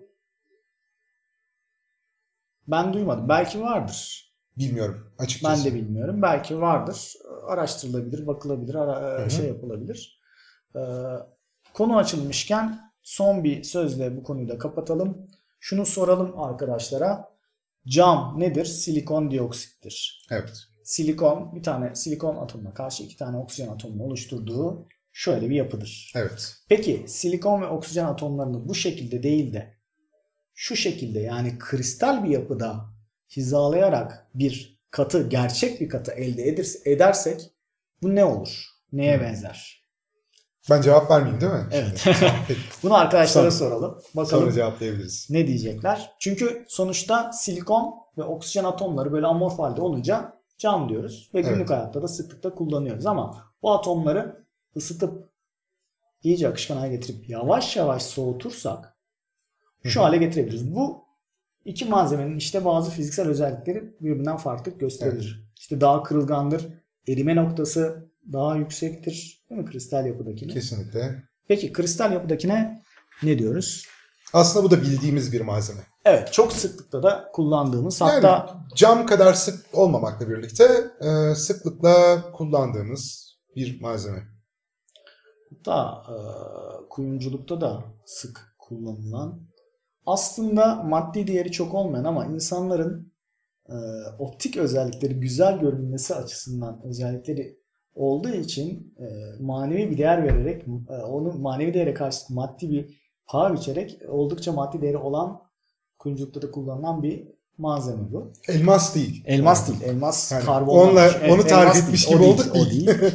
Ben duymadım. Belki vardır. Bilmiyorum açıkçası. Ben de bilmiyorum. Belki vardır. Araştırılabilir, bakılabilir, yapılabilir. Konu açılmışken son bir sözle bu konuyu da kapatalım. Şunu soralım arkadaşlara. Cam nedir? Silikon dioksittir. Evet. Silikon, bir tane silikon atomuna karşı 2 tane oksijen atomunu oluşturduğu şöyle bir yapıdır. Evet. Peki silikon ve oksijen atomlarını bu şekilde değil de şu şekilde, yani kristal bir yapıda hizalayarak bir katı, gerçek bir katı elde edersek bu ne olur? Neye benzer? Ben cevap vermeyeyim değil mi? Evet. Bunu arkadaşlara soralım. Bakalım sonra cevaplayabiliriz. ne diyecekler? Çünkü sonuçta silikon ve oksijen atomları böyle amorf halde olunca cam diyoruz. Ve günlük hayatta da sıklıkla kullanıyoruz. Ama bu atomları ısıtıp iyice akışkan hale getirip yavaş yavaş soğutursak şu hale getirebiliriz. Bu iki malzemenin işte bazı fiziksel özellikleri birbirinden farklı gösterir. Evet. İşte daha kırılgandır. Erime noktası daha yüksektir. Değil mi kristal yapıdakine? Kesinlikle. Peki kristal yapıdakine ne diyoruz? Aslında bu da bildiğimiz bir malzeme. Evet, çok sıklıkla da kullandığımız, yani hatta cam kadar sık olmamakla birlikte sıklıkla kullandığımız bir malzeme. kuyumculukta kuyumculukta da sık kullanılan, aslında maddi değeri çok olmayan ama insanların optik özellikleri, güzel görünmesi açısından özellikleri olduğu için manevi bir değer vererek, onu manevi değere karşı maddi bir paha biçerek oldukça maddi değeri olan, kuyumculukta da kullanılan bir malzeme bu. Elmas değil. Elmas değil. Elmas Yani karbon. onu tarif etmiş gibi olduk o değil. değil.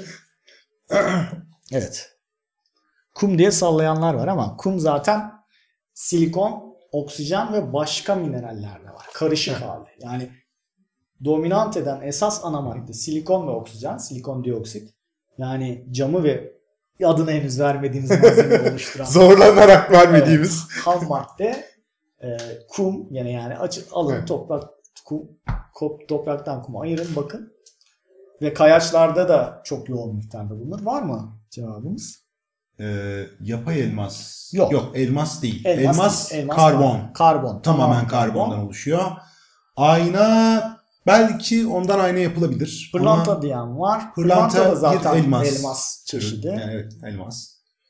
Evet. Kum diye sallayanlar var ama kum zaten silikon, oksijen ve başka mineraller de var. Karışık halde. Yani dominant eden esas ana madde silikon ve oksijen, silikon dioksit. Yani camı ve adını henüz vermediğimiz malzemeyi oluşturan Zorlanarak vermediğimiz. ham madde kum, yani alın Evet. topraktan kumu ayırın bakın. Ve kayaçlarda da çok yoğun miktarda bulunur. Var mı cevabımız? Yapay elmas. Yok. Elmas değil. Elmas değil, Karbon. Karbon. Tamamen karbondan oluşuyor. Ayna belki ondan ayna yapılabilir. Pırlanta Ama diyen var. pırlanta da zaten bir elmas. elmas çeşidi. Yani evet, elmas.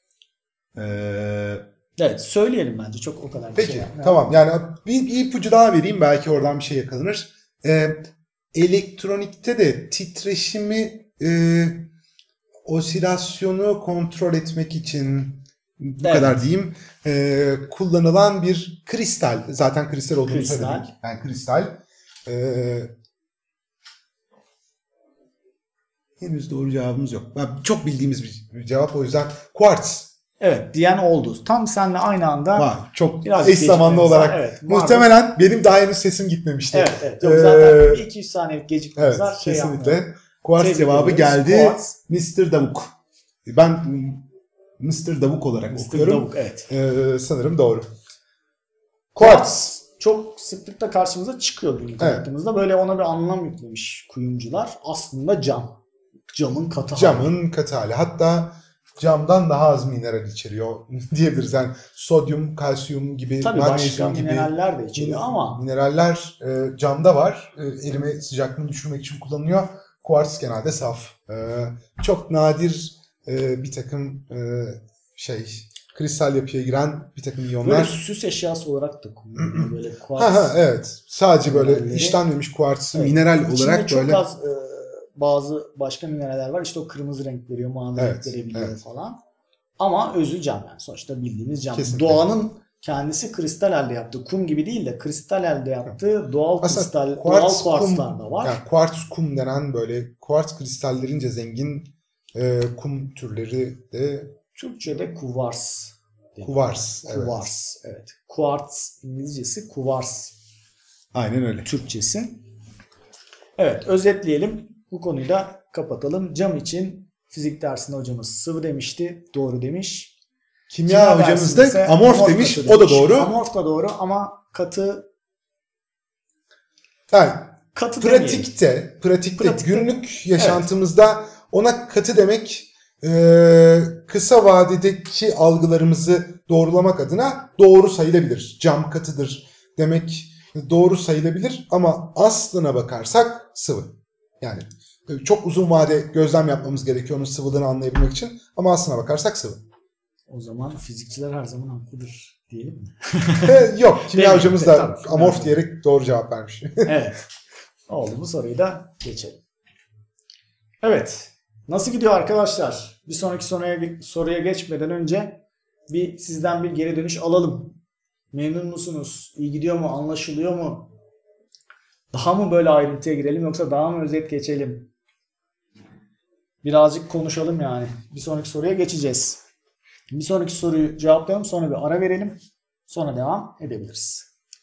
Evet, söyleyelim bence, çok o kadar bir Peki şey. tamam, yani bir ipucu daha vereyim, belki oradan bir şey yakalanır. Elektronikte de titreşimi, osilasyonu kontrol etmek için bu Evet. kadar diyeyim, kullanılan bir kristal. Zaten kristal olduğunu Kristal. söyledik. Yani kristal. Henüz doğru cevabımız yok. Çok bildiğimiz bir cevap, o yüzden kuartz. Evet, diyen oldu. Tam seninle aynı anda. Var. Çok Biraz eş zamanlı gecikmemiz var. olarak. Evet, Muhtemelen benim daha henüz sesim gitmemişti. Evet. Yok, zaten bir 200 saniyelik gecikmemiz Evet, var. kesinlikle. Yapmayalım. Kuartz Tebrik cevabı ediyoruz. geldi. Kuartz. Mr. Davuk. Ben Mr. Davuk olarak Mr. okuyorum. Davuk, evet. Sanırım doğru. Kuartz çok sıklıkla karşımıza çıkıyor günlük hayatımızda. Böyle ona bir anlam yüklemiş kuyumcular. Aslında cam. Camın katı hali. Camın katı hali. Hatta camdan daha az mineral içeriyor diyebiliriz. Yani sodyum, kalsiyum gibi, Tabii başka magnezyum gibi mineraller de içeriyor ama mineraller camda var. Erime sıcaklığını düşürmek için kullanılıyor. Kuartz genelde saf. Çok nadir bir takım kristal yapıya giren bir takım böyle iyonlar. süs eşyası olarak da kullanılıyor. Böyle kuartz. Evet. Sadece böyle Mineralleri. işlenmemiş kuartsı Evet. mineral İçinde olarak çok böyle. az bazı başka mineraller var. İşte o kırmızı renk veriyor, mavi Evet, renk verebiliyor evet. falan. Ama özü cam, yani sonuçta bildiğimiz cam. Kesinlikle. Doğanın kendisi kristal elde yaptığı, kum gibi değil de kristal elde yaptığı doğal Aslında kristal, doğal kuartz kuartzlar kum, da var. yani kuartz kum denen böyle kuartz kristallerince zengin kum türleri de Türkçe'de kuvars. kuvars. Evet. Kuvars. Evet. Kuartz İngilizcesi, kuvars Aynen öyle. Türkçesi. Evet, özetleyelim. Bu konuyu da kapatalım. Cam için fizik dersinde hocamız sıvı demişti. Doğru demiş. Kimya hocamız dersinde ise da amorf demiş. katı O da demiş. doğru. Amorf da doğru ama katı Yani demeyelim. pratikte Pratikte, günlük yaşantımızda ona katı demek kısa vadedeki algılarımızı doğrulamak adına doğru sayılabilir. Cam katıdır demek doğru sayılabilir ama aslına bakarsak sıvı. Yani çok uzun vade gözlem yapmamız gerekiyor onun sıvılığını anlayabilmek için ama aslına bakarsak sıvı. O zaman fizikçiler her zaman haklıdır diyelim mi? Yok, kimya Değil mi? hocamız da Tabii, amorf tabii. diyerek doğru cevap vermiş. Evet. Oldu, bu soruyu da geçelim. Evet. Nasıl gidiyor arkadaşlar? Bir sonraki soruya geçmeden önce sizden bir geri dönüş alalım. Memnun musunuz? İyi gidiyor mu? Anlaşılıyor mu? Daha mı böyle ayrıntıya girelim yoksa daha mı özet geçelim? Birazcık konuşalım yani. Bir sonraki soruya geçeceğiz. Bir sonraki soruyu cevaplayalım, sonra bir ara verelim. Sonra devam edebiliriz.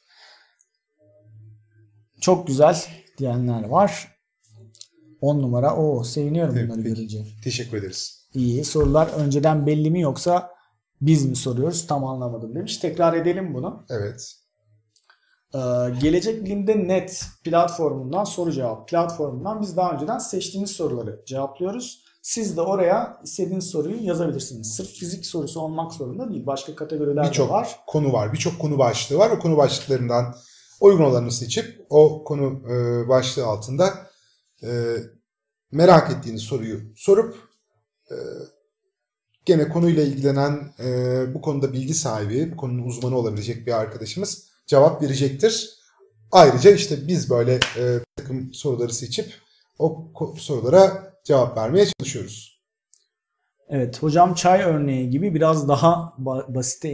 Çok güzel diyenler var. 10 numara. Oo, seviniyorum Evet, bunları peki. görünce. Teşekkür ederiz. İyi. Sorular önceden belli mi yoksa biz mi soruyoruz? Tam anlamadım demiş. Tekrar edelim bunu. Evet. Gelecek Bilim'de net platformundan, soru cevap platformundan biz daha önceden seçtiğimiz soruları cevaplıyoruz. Siz de oraya istediğiniz soruyu yazabilirsiniz. Sırf fizik sorusu olmak zorunda değil. Başka kategoriler de Birçok var. konu var. Birçok konu başlığı var. O konu başlıklarından uygun olanı seçip o konu başlığı altında merak ettiğiniz soruyu sorup gene konuyla ilgilenen, bu konuda bilgi sahibi, bu konunun uzmanı olabilecek bir arkadaşımız cevap verecektir. Ayrıca işte biz böyle takım soruları seçip o sorulara cevap vermeye çalışıyoruz. Evet hocam, çay örneği gibi biraz daha basite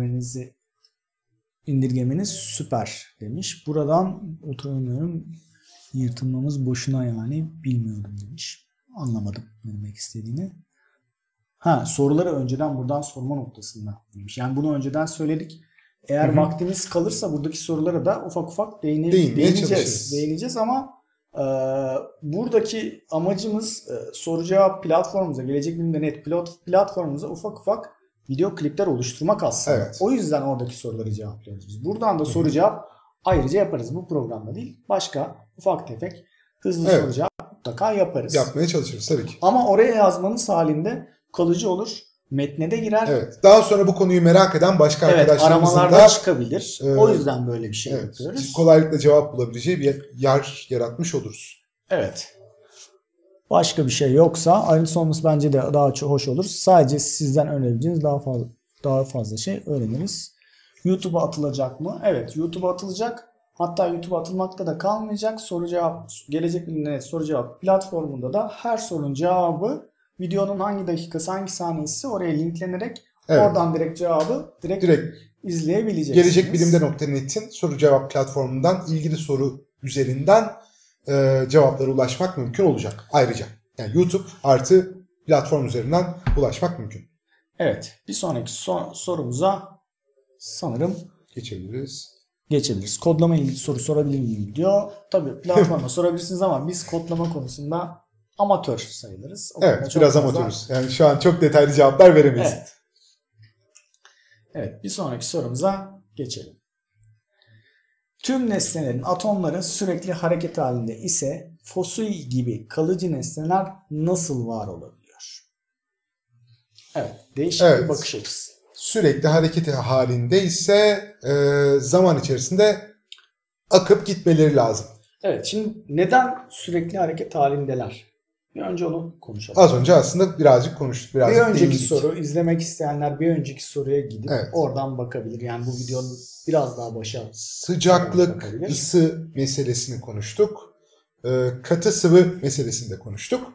indirgemeniz süper demiş. Buradan oturamıyorum, yırtılmamız boşuna yani, bilmiyordum demiş. Anlamadım ne demek istediğini. Soruları önceden buradan sorma noktasında demiş. Yani bunu önceden söyledik. Eğer vaktimiz kalırsa buradaki sorulara da ufak ufak değineceğiz ama buradaki amacımız soru cevap platformumuza, Gelecek Bilim'de Net platformumuza ufak ufak video klipler oluşturmak aslında. Evet. O yüzden oradaki soruları cevaplıyoruz biz. Buradan da soru cevap ayrıca yaparız. Bu programda değil, başka ufak tefek hızlı soru cevap mutlaka yaparız. Yapmaya çalışırız tabii ki. Ama oraya yazmanız halinde kalıcı olur. Metne de girer. Evet. Daha sonra bu konuyu merak eden başka arkadaşlarımızın aramalarda çıkabilir. O yüzden böyle bir şey yapıyoruz. Kolaylıkla cevap bulabileceği bir yer yaratmış oluruz. Evet. Başka bir şey yoksa ayrıntısı olması bence de daha çok hoş olur. Sadece sizden öğrenebileceğiniz daha fazla şey öğreniriz. YouTube'a atılacak mı? Evet, YouTube'a atılacak. Hatta YouTube'a atılmakta da kalmayacak. Soru cevap, Gelecek Bilim'de soru cevap platformunda da her sorunun cevabı videonun hangi dakikası, hangi saniyesi oraya linklenerek oradan direkt cevabı direkt izleyebileceksiniz. Gelecekbilimde.net'in soru cevap platformundan ilgili soru üzerinden cevaplara ulaşmak mümkün olacak. Ayrıca yani YouTube artı platform üzerinden ulaşmak mümkün. Evet. Bir sonraki sorumuza sanırım geçebiliriz. Kodlama ilgili soru sorabilir miyim diyor. Tabii platforma sorabilirsiniz ama biz kodlama konusunda amatör sayılırız. Evet, biraz amatörüz. Yani şu an çok detaylı cevaplar veremeyiz. Evet, bir sonraki sorumuza geçelim. Tüm nesnelerin atomları sürekli hareket halinde ise fosil gibi kalıcı nesneler nasıl var olabiliyor? Evet, değişik bir bakış açısı. Sürekli hareket halinde ise zaman içerisinde akıp gitmeleri lazım. Evet, şimdi neden sürekli hareket halindeler? Bir önce onu konuşalım. Az önce aslında birazcık konuştuk. Bir önceki soru, izlemek isteyenler bir önceki soruya gidip oradan bakabilir. Yani bu videonun biraz daha başa. Sıcaklık, ısı meselesini konuştuk. Katı sıvı meselesini de konuştuk.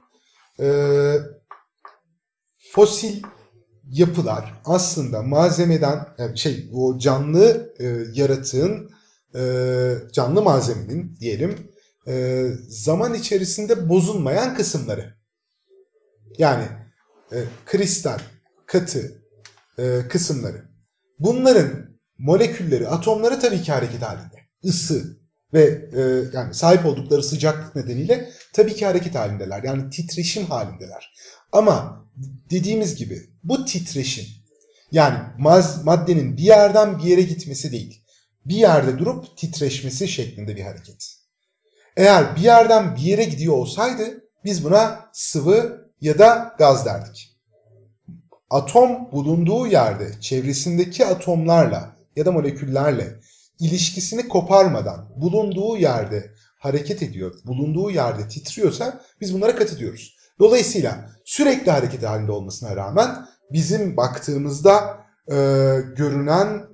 Fosil yapılar aslında malzemeden, o canlı yaratığın, canlı malzemenin diyelim, zaman içerisinde bozulmayan kısımları. Yani kristal, katı kısımları. Bunların molekülleri, atomları tabii ki hareket halinde. Isı ve yani sahip oldukları sıcaklık nedeniyle tabii ki hareket halindeler. Yani titreşim halindeler. Ama dediğimiz gibi bu titreşim, yani maddenin bir yerden bir yere gitmesi değil, bir yerde durup titreşmesi şeklinde bir hareket. Eğer bir yerden bir yere gidiyor olsaydı biz buna sıvı ya da gaz derdik. Atom bulunduğu yerde çevresindeki atomlarla ya da moleküllerle ilişkisini koparmadan bulunduğu yerde hareket ediyor, bulunduğu yerde titriyorsa biz bunlara katı diyoruz. Dolayısıyla sürekli hareket halinde olmasına rağmen bizim baktığımızda görünen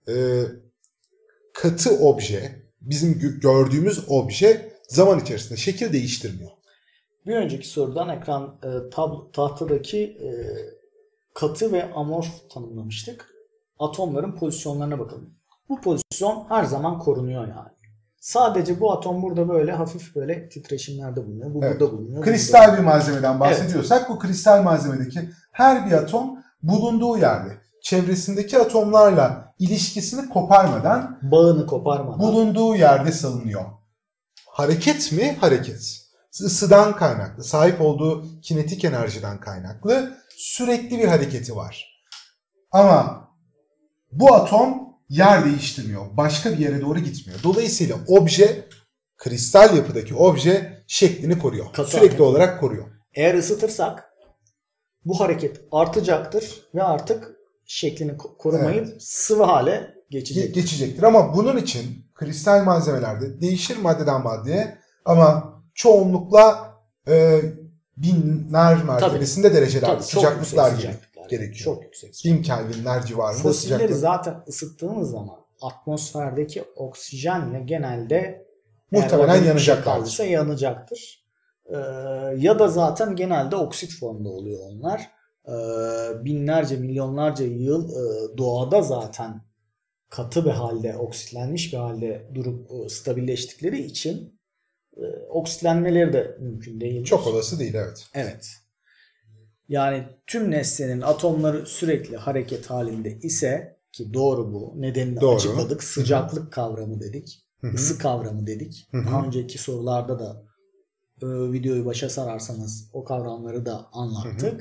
katı obje, bizim gördüğümüz obje zaman içerisinde şekil değiştirmiyor. Bir önceki sorudan ekran tahtadaki katı ve amorf tanımlamıştık. Atomların pozisyonlarına bakalım. Bu pozisyon her zaman korunuyor yani. Sadece bu atom burada böyle hafif böyle titreşimlerde bulunuyor. Bu burada bulunuyor. Kristal bir malzemeden bahsediyorsak bu kristal malzemedeki her bir atom bulunduğu yerde çevresindeki atomlarla ilişkisini koparmadan, bağını koparmadan bulunduğu yerde salınıyor. Hareket mi? Hareket. Isıdan kaynaklı, sahip olduğu kinetik enerjiden kaynaklı sürekli bir hareketi var. Ama bu atom yer değiştirmiyor. Başka bir yere doğru gitmiyor. Dolayısıyla obje, kristal yapıdaki obje şeklini koruyor. Sürekli olarak koruyor. Eğer ısıtırsak bu hareket artacaktır ve artık şeklini korumayıp sıvı hale geçecektir. Ama bunun için kristal malzemelerde değişir maddeden maddeye ama çoğunlukla binler mertebesinde derecelerde sıcaklıklar gibi. gerekiyor. Çok yüksek. 1000 Kelvinler civarında Fosilleri sıcaklık. zaten ısıttığımız zaman atmosferdeki oksijenle genelde Muhtemelen eğer orada bir yanacaklar. şey kaldıysa yanacaktır. Ya da zaten genelde oksit formda oluyor onlar. Binlerce, milyonlarca yıl doğada zaten katı bir halde, oksitlenmiş bir halde durup stabilleştikleri için oksitlenmeleri de mümkün değil. Çok olası değil, evet. Evet. Yani tüm nesnenin atomları sürekli hareket halinde ise, ki doğru bu. Nedenini Doğru. açıkladık. Sıcaklık kavramı dedik. Hı hı. Isı kavramı dedik. Hı hı. Daha önceki sorularda da videoyu başa sararsanız o kavramları da anlattık.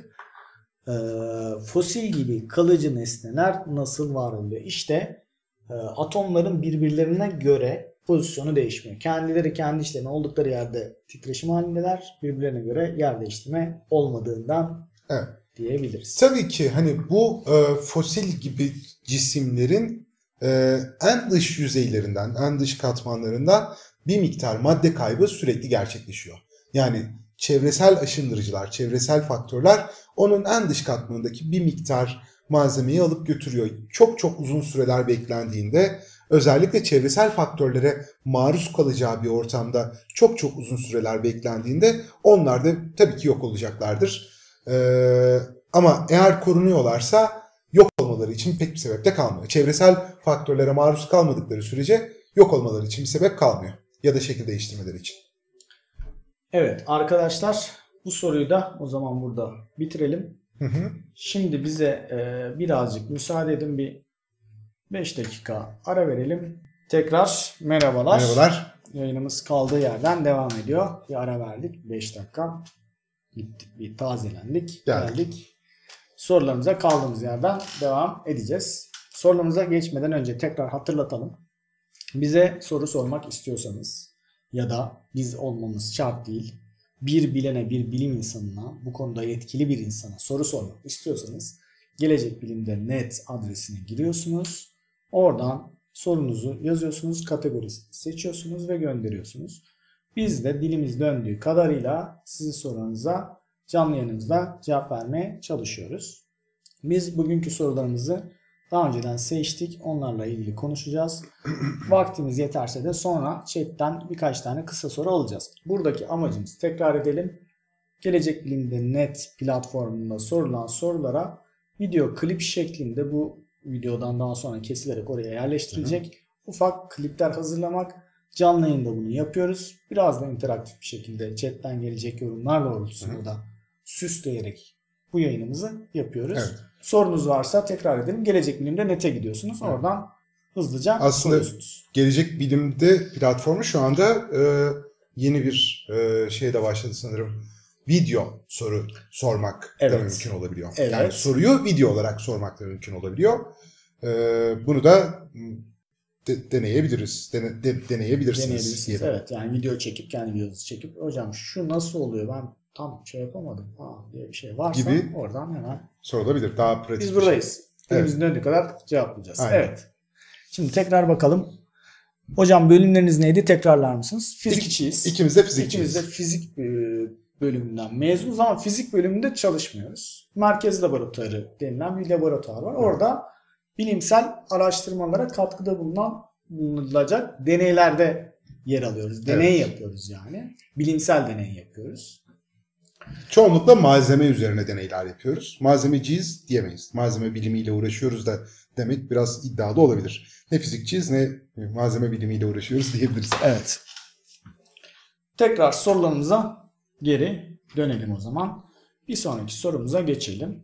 Fosil gibi kalıcı nesneler nasıl var oluyor? İşte atomların birbirlerine göre pozisyonu değişmiyor. Kendileri kendi işlerine oldukları yerde titreşim halindeler. Birbirlerine göre yer değiştirme olmadığından Evet. diyebiliriz. Tabii ki hani bu fosil gibi cisimlerin en dış yüzeylerinden, en dış katmanlarından bir miktar madde kaybı sürekli gerçekleşiyor. Yani çevresel aşındırıcılar, çevresel faktörler onun en dış katmanındaki bir miktar malzemeyi alıp götürüyor. Çok çok uzun süreler beklendiğinde, özellikle çevresel faktörlere maruz kalacağı bir ortamda çok çok uzun süreler beklendiğinde onlar da tabii ki yok olacaklardır. Ama eğer korunuyorlarsa yok olmaları için pek bir sebep de kalmıyor. Çevresel faktörlere maruz kalmadıkları sürece yok olmaları için bir sebep kalmıyor. Ya da şekil değiştirmeleri için. Evet arkadaşlar, bu soruyu da o zaman burada bitirelim. Hı hı. Şimdi bize birazcık müsaade edin, bir 5 dakika ara verelim. Tekrar merhabalar. Merhabalar. Yayınımız kaldığı yerden devam ediyor. Bir ara verdik. 5 dakika. Gittik, bir tazelendik. Geldik. Sorularımıza kaldığımız yerden devam edeceğiz. Sorularımıza geçmeden önce tekrar hatırlatalım. Bize soru sormak istiyorsanız ya da biz olmamız şart değil, bir bilene, bir bilim insanına, bu konuda yetkili bir insana soru sormak istiyorsanız Gelecek Bilim'de.net adresine giriyorsunuz. Oradan sorunuzu yazıyorsunuz, kategorisini seçiyorsunuz ve gönderiyorsunuz. Biz de dilimiz döndüğü kadarıyla sizin sorularınıza canlı yayınımızda cevap vermeye çalışıyoruz. Biz bugünkü sorularımızı daha önceden seçtik. Onlarla ilgili konuşacağız. Vaktimiz yeterse de sonra chatten birkaç tane kısa soru alacağız. Buradaki amacımız, tekrar edelim, Gelecek Bilim'de.net platformunda sorulan sorulara video klip şeklinde, bu videodan daha sonra kesilerek oraya yerleştirilecek ufak klipler hazırlamak. Canlı yayında bunu yapıyoruz. Biraz da interaktif bir şekilde chatten gelecek yorumlar doğrultusunda da süsleyerek bu yayınımızı yapıyoruz. Evet. Sorunuz varsa tekrar edelim. Gelecek Bilim'de net'e gidiyorsunuz. Oradan hızlıca Aslında soruyorsunuz. Gelecek Bilim'de platformu şu anda yeni bir şeyde başladı sanırım. Video soru sormak da mümkün olabiliyor. Evet. Yani soruyu video olarak sormak da mümkün olabiliyor. Bunu da deneyebiliriz. Deneyebilirsiniz. Diyelim. Evet, yani video çekip, kendi videonuzu çekip, hocam şu nasıl oluyor, ben tam şey yapamadım diye bir şey varsa gibi oradan hemen sorulabilir. Daha pratik. biz buradayız. Elimizin döndüğü kadar cevaplayacağız. Aynen. Evet. Şimdi tekrar bakalım. Hocam bölümleriniz neydi? Tekrarlar mısınız? Fizikçiyiz. İkimiz de fizikçiyiz. İkimiz de fizik bölümünden mezunuz ama fizik bölümünde çalışmıyoruz. Merkez laboratuvarı denilen bir laboratuvar var. Orada bilimsel araştırmalara katkıda bulunulacak deneylerde yer alıyoruz. Deney yapıyoruz yani. Bilimsel deney yapıyoruz. Çoğunlukla malzeme üzerine deneyler yapıyoruz. Malzemeciyiz diyemeyiz. Malzeme bilimiyle uğraşıyoruz da demek biraz iddialı olabilir. Ne fizikçiyiz ne malzeme bilimiyle uğraşıyoruz diyebiliriz. Evet. Tekrar sorularımıza geri dönelim o zaman. Bir sonraki sorumuza geçelim.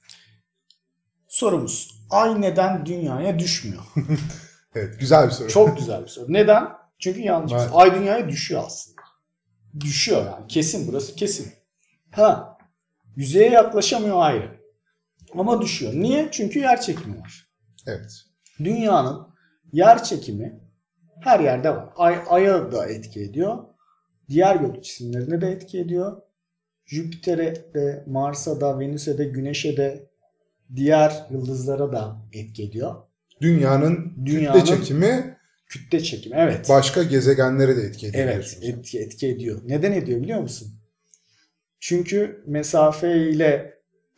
Sorumuz: Ay neden dünyaya düşmüyor? Evet, güzel bir soru. Çok güzel bir soru. Neden? Çünkü yanlış bir soru. Ay dünyaya düşüyor aslında. Düşüyor yani. Kesin, burası kesin. Yüzeye yaklaşamıyor ayrı. Ama düşüyor. Niye? Çünkü yer çekimi var. Evet. Dünyanın yer çekimi her yerde var. Ay'a da etki ediyor. Diğer gök cisimlerine de etki ediyor. Jüpiter'e de, Mars'a da, Venüs'e de, Güneş'e de, diğer yıldızlara da etki ediyor. Dünyanın kütle çekimi evet. Başka gezegenlere de etki ediyor. Evet, etki ediyor. Neden ediyor biliyor musun? Çünkü mesafe ile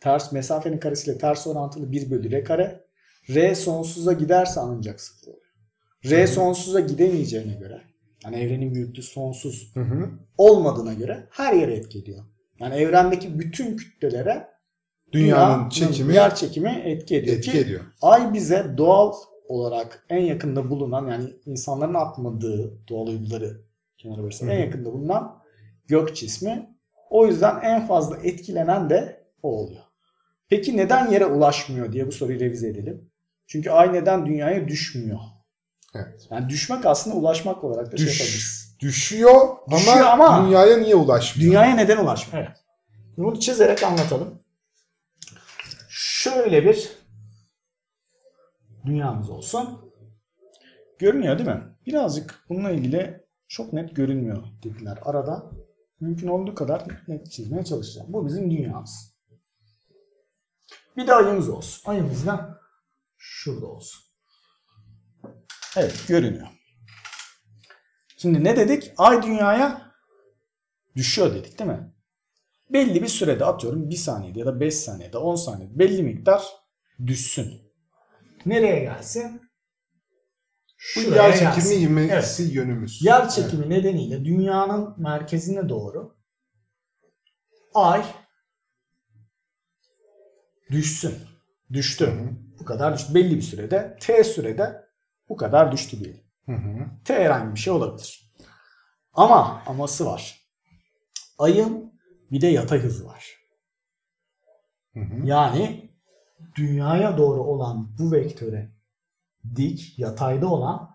ters mesafenin karesiyle ters orantılı 1 bölü r kare. R sonsuza giderse ancak 0 oluyor. R sonsuza gidemeyeceğine göre, yani evrenin büyüklüğü sonsuz olmadığına göre her yere etki ediyor. Yani evrendeki bütün kütlelere Dünyanın çekimi, yer çekimi etki ediyor. Ay bize doğal olarak en yakında bulunan, yani insanların atmadığı doğal uyduları kenara bırakırsak en yakında bulunan gök cismi. O yüzden en fazla etkilenen de o oluyor. Peki neden yere ulaşmıyor diye bu soruyu revize edelim. Çünkü ay neden dünyaya düşmüyor? Evet. Yani düşmek aslında ulaşmak olarak da şey yapabiliriz. Düşüyor ama dünyaya niye ulaşmıyor? Dünyaya neden ulaşmıyor? Evet. Bunu çizerek anlatalım. Şöyle bir dünyamız olsun. Görünüyor değil mi? Birazcık bununla ilgili çok net görünmüyor dediler arada. Mümkün olduğu kadar net çizmeye çalışacağım. Bu bizim dünyamız. Bir de ayımız olsun. Ayımız da şurada olsun. Evet, görünüyor. Şimdi ne dedik? Ay dünyaya düşüyor dedik değil mi? Belli bir sürede, atıyorum 1 saniyede ya da 5 saniyede 10 saniyede belli miktar düşsün. Nereye gelsin? Şuraya yer çekimi gelsin. ivmesi yönümüz. Yer çekimi nedeniyle dünyanın merkezine doğru ay düşsün. Düştü. Bu kadar düştü. Belli bir sürede, t sürede bu kadar düştü diyelim. T herhangi bir şey olabilir. Ama aması var. Ayın bir de yatay hızı var. Yani dünyaya doğru olan bu vektöre dik, yatayda olan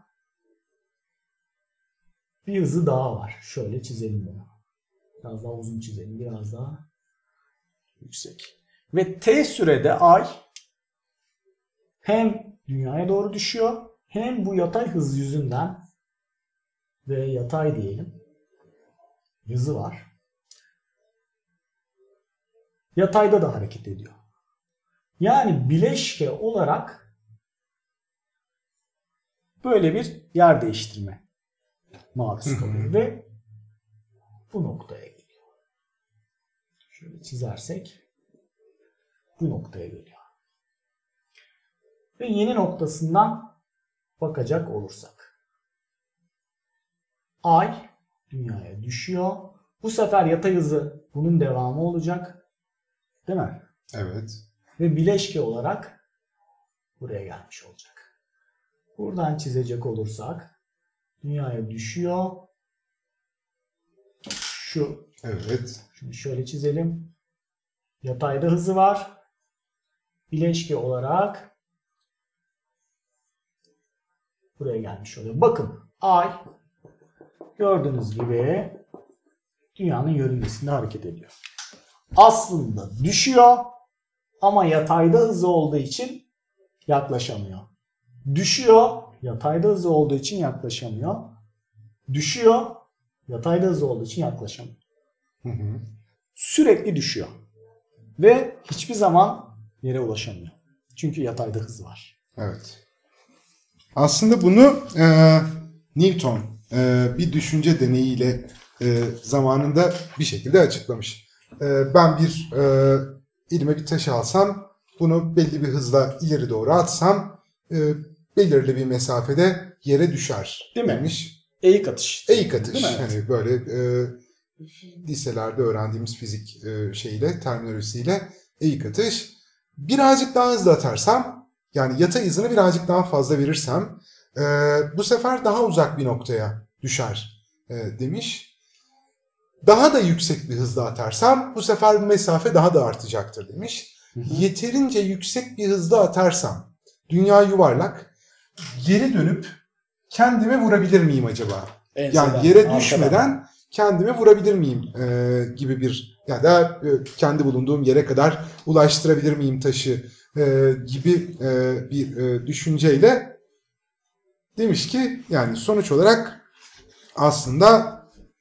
bir hızı daha var. Şöyle çizelim bunu. Biraz daha uzun çizelim. Biraz daha yüksek. Ve t sürede ay hem dünyaya doğru düşüyor hem bu yatay hız yüzünden ve yatay diyelim hızı var. Yatayda da hareket ediyor. Yani bileşke olarak böyle bir yer değiştirme maruz kalıyor ve bu noktaya geliyor. Şöyle çizersek bu noktaya geliyor. Ve yeni noktasından bakacak olursak ay dünyaya düşüyor. Bu sefer yatay hızı bunun devamı olacak. Değil mi? Evet. Ve bileşke olarak buraya gelmiş olacak. Buradan çizecek olursak dünyaya düşüyor. Şu. Evet. Şimdi şöyle çizelim. Yatayda hızı var. Bileşke olarak buraya gelmiş oluyor. Bakın ay gördüğünüz gibi dünyanın yörüngesinde hareket ediyor. Aslında düşüyor ama yatayda hızı olduğu için yaklaşamıyor. Düşüyor, yatayda hızı olduğu için yaklaşamıyor. Düşüyor, yatayda hızı olduğu için yaklaşamıyor. Sürekli düşüyor. Ve hiçbir zaman yere ulaşamıyor. Çünkü yatayda hızı var. Evet. Aslında bunu Newton bir düşünce deneyiyle zamanında bir şekilde açıklamış. Ben bir elime bir taş alsam, bunu belli bir hızla ileri doğru atsam belirli bir mesafede yere düşer. Değil mi? Demiş. Eğik atış. Eğik atış. Değil mi? Evet. Hani böyle liselerde öğrendiğimiz fizik şeyiyle, terminolojisiyle eğik atış. Birazcık daha hızlı atarsam, yani yatay hızını birazcık daha fazla verirsem bu sefer daha uzak bir noktaya düşer demiş. Daha da yüksek bir hızla atarsam bu sefer bu mesafe daha da artacaktır demiş. Yeterince yüksek bir hızla atarsam, dünya yuvarlak, geri dönüp kendime vurabilir miyim acaba? Yani yere düşmeden kendime vurabilir miyim gibi bir, ya da kendi bulunduğum yere kadar ulaştırabilir miyim taşı gibi bir düşünceyle demiş ki, yani sonuç olarak aslında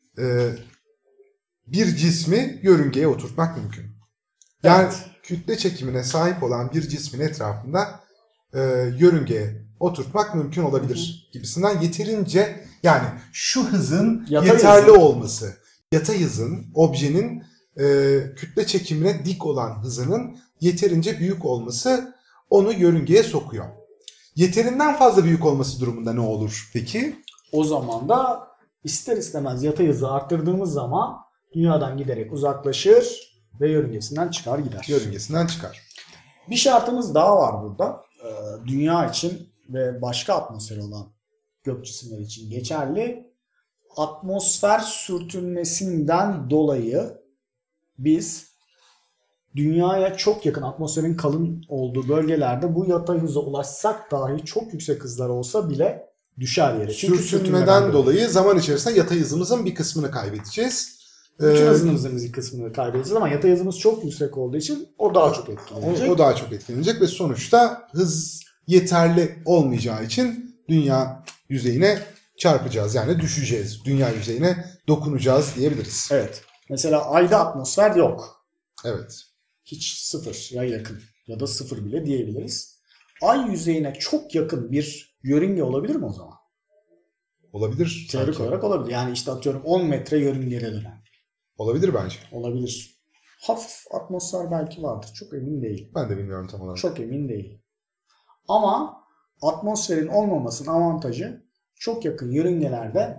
bir cismi yörüngeye oturtmak mümkün. Yani evet, kütle çekimine sahip olan bir cismin etrafında yörüngeye oturtmak mümkün olabilir gibisinden, yeterince, yani şu hızın yatay yeterli olması, yatay hızın, objenin kütle çekimine dik olan hızının yeterince büyük olması onu yörüngeye sokuyor. Yeterinden fazla büyük olması durumunda ne olur peki? O zaman da ister istemez yatay hızı arttırdığımız zaman dünyadan giderek uzaklaşır ve yörüngesinden çıkar gider. Yörüngesinden çıkar. Bir şartımız daha var burada. Dünya için ve başka atmosferi olan gök cisimleri için geçerli. Atmosfer sürtünmesinden dolayı biz dünyaya çok yakın, atmosferin kalın olduğu bölgelerde bu yatay hıza ulaşsak dahi çok yüksek hızlar olsa bile düşer yere. Çünkü Sürtünmeden dolayı zaman içerisinde yatay hızımızın bir kısmını kaybedeceğiz. Bütün hızımızın bir kısmını kaybedeceğiz ama yatay hızımız çok yüksek olduğu için o daha çok etkilenecek. O daha çok etkilenecek ve sonuçta hız yeterli olmayacağı için dünya yüzeyine çarpacağız. Yani düşeceğiz. Dünya yüzeyine dokunacağız diyebiliriz. Evet. Mesela Ay'da atmosfer yok. Evet. Hiç sıfır ya yakın ya da sıfır bile diyebiliriz. Ay yüzeyine çok yakın bir yörünge olabilir mi o zaman? Olabilir. Teorik sanki. olarak olabilir. Yani işte atıyorum 10 metre yörüngeye dönen. Olabilir bence. Olabilir. Hafif atmosfer belki vardır. Çok emin değilim. Ben de bilmiyorum tam olarak. Çok emin değilim. Ama atmosferin olmamasının avantajı çok yakın yörüngelerde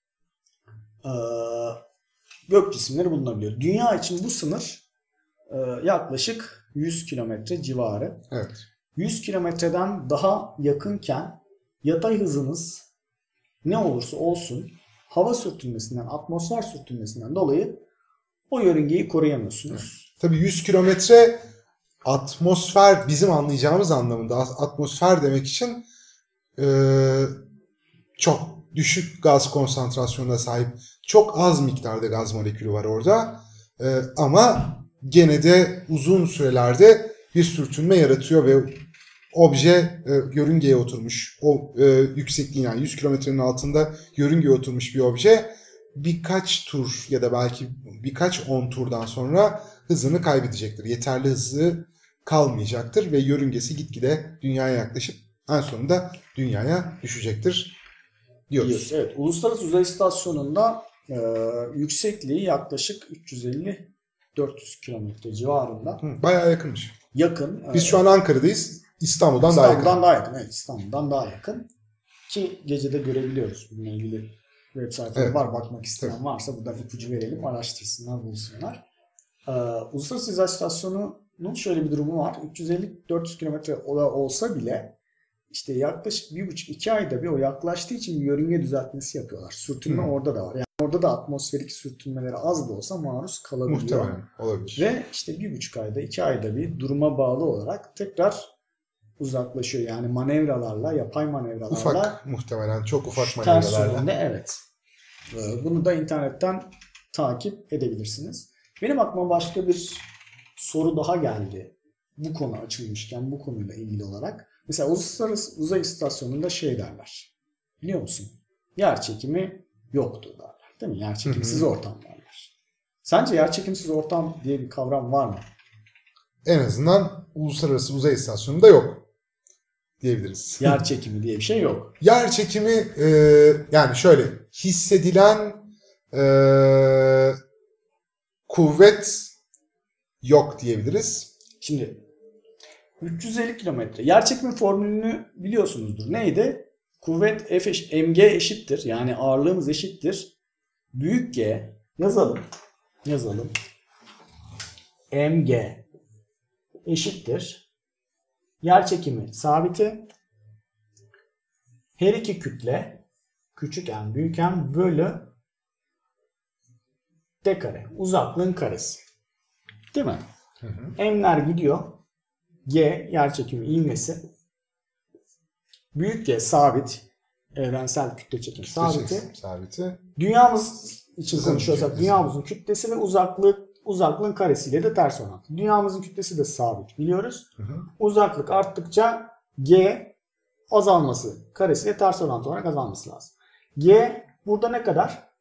gök cisimleri bulunabiliyor. Dünya için bu sınır yaklaşık 100 kilometre civarı. Evet. 100 kilometreden daha yakınken yatay hızınız ne olursa olsun hava sürtünmesinden, atmosfer sürtünmesinden dolayı o yörüngeyi koruyamıyorsunuz. Tabii 100 kilometre atmosfer bizim anlayacağımız anlamında atmosfer demek için çok düşük gaz konsantrasyonuna sahip çok az miktarda gaz molekülü var orada. Ama gene de uzun sürelerde bir sürtünme yaratıyor ve obje yörüngeye oturmuş. O yüksekliğin yani 100 kilometrenin altında yörüngeye oturmuş bir obje birkaç tur ya da belki birkaç 10 turdan sonra hızını kaybedecektir. Yeterli hızı kalmayacaktır ve yörüngesi gitgide dünyaya yaklaşıp en sonunda dünyaya düşecektir diyoruz. Evet, Uluslararası Uzay İstasyonu'nda yüksekliği yaklaşık 350-400 kilometre civarında. Bayağı yakınmış. Yakın. Biz şu an Ankara'dayız. İstanbul'dan daha yakın. İstanbul'dan daha yakın. Evet, İstanbul'dan daha yakın. Ki gecede görebiliyoruz. Bununla ilgili website'ler var. Bakmak isteyen varsa buradan ipucu verelim. Araştırsınlar, bulsunlar. Uluslararası Uzay İstasyonu'nun şöyle bir durumu var. 350-400 kilometre olsa bile işte yaklaşık 1,5-2 ayda bir o yaklaştığı için bir yörünge düzeltmesi yapıyorlar. Sürtünme orada da var. Yani orada da atmosferik sürtünmelere az da olsa maruz kalabiliyor. Muhtemelen olabilir. Ve işte 1,5 ayda 2 ayda bir duruma bağlı olarak tekrar uzaklaşıyor. Yani manevralarla, yapay manevralarla. Ufak muhtemelen çok ufak Ters manevralarla. yönde evet. Bunu da internetten takip edebilirsiniz. Benim aklıma başka bir soru daha geldi. Bu konu açılmışken bu konuyla ilgili olarak. Mesela Uluslararası Uzay İstasyonu'nda şey derler. Biliyor musun? Yer çekimi yoktur derler. Değil mi? Yer çekimsiz ortam derler. Sence yer çekimsiz ortam diye bir kavram var mı? En azından Uluslararası Uzay İstasyonu'nda yok diyebiliriz. Yer çekimi diye bir şey yok. Yer çekimi yani şöyle hissedilen kuvvet yok diyebiliriz. Şimdi 350 kilometre. Yer çekimi formülünü biliyorsunuzdur. Neydi? Kuvvet mg eşittir. Yani ağırlığımız eşittir. Büyük G yazalım. Mg eşittir. Yer çekimi sabiti. Her iki kütle küçük m büyük m bölü d kare. Uzaklığın karesi. Değil mi? M'ler gidiyor. G yerçekimi ivmesi. Büyük G sabit. Evrensel kütle çekim sabiti. Dünyamız için konuşuyorsak dünyamızın kütlesi ve uzaklığın karesiyle de ters orantılı. Dünyamızın kütlesi de sabit biliyoruz. Uzaklık arttıkça G azalması karesiyle ters orantı olarak azalması lazım. G burada ne kadar?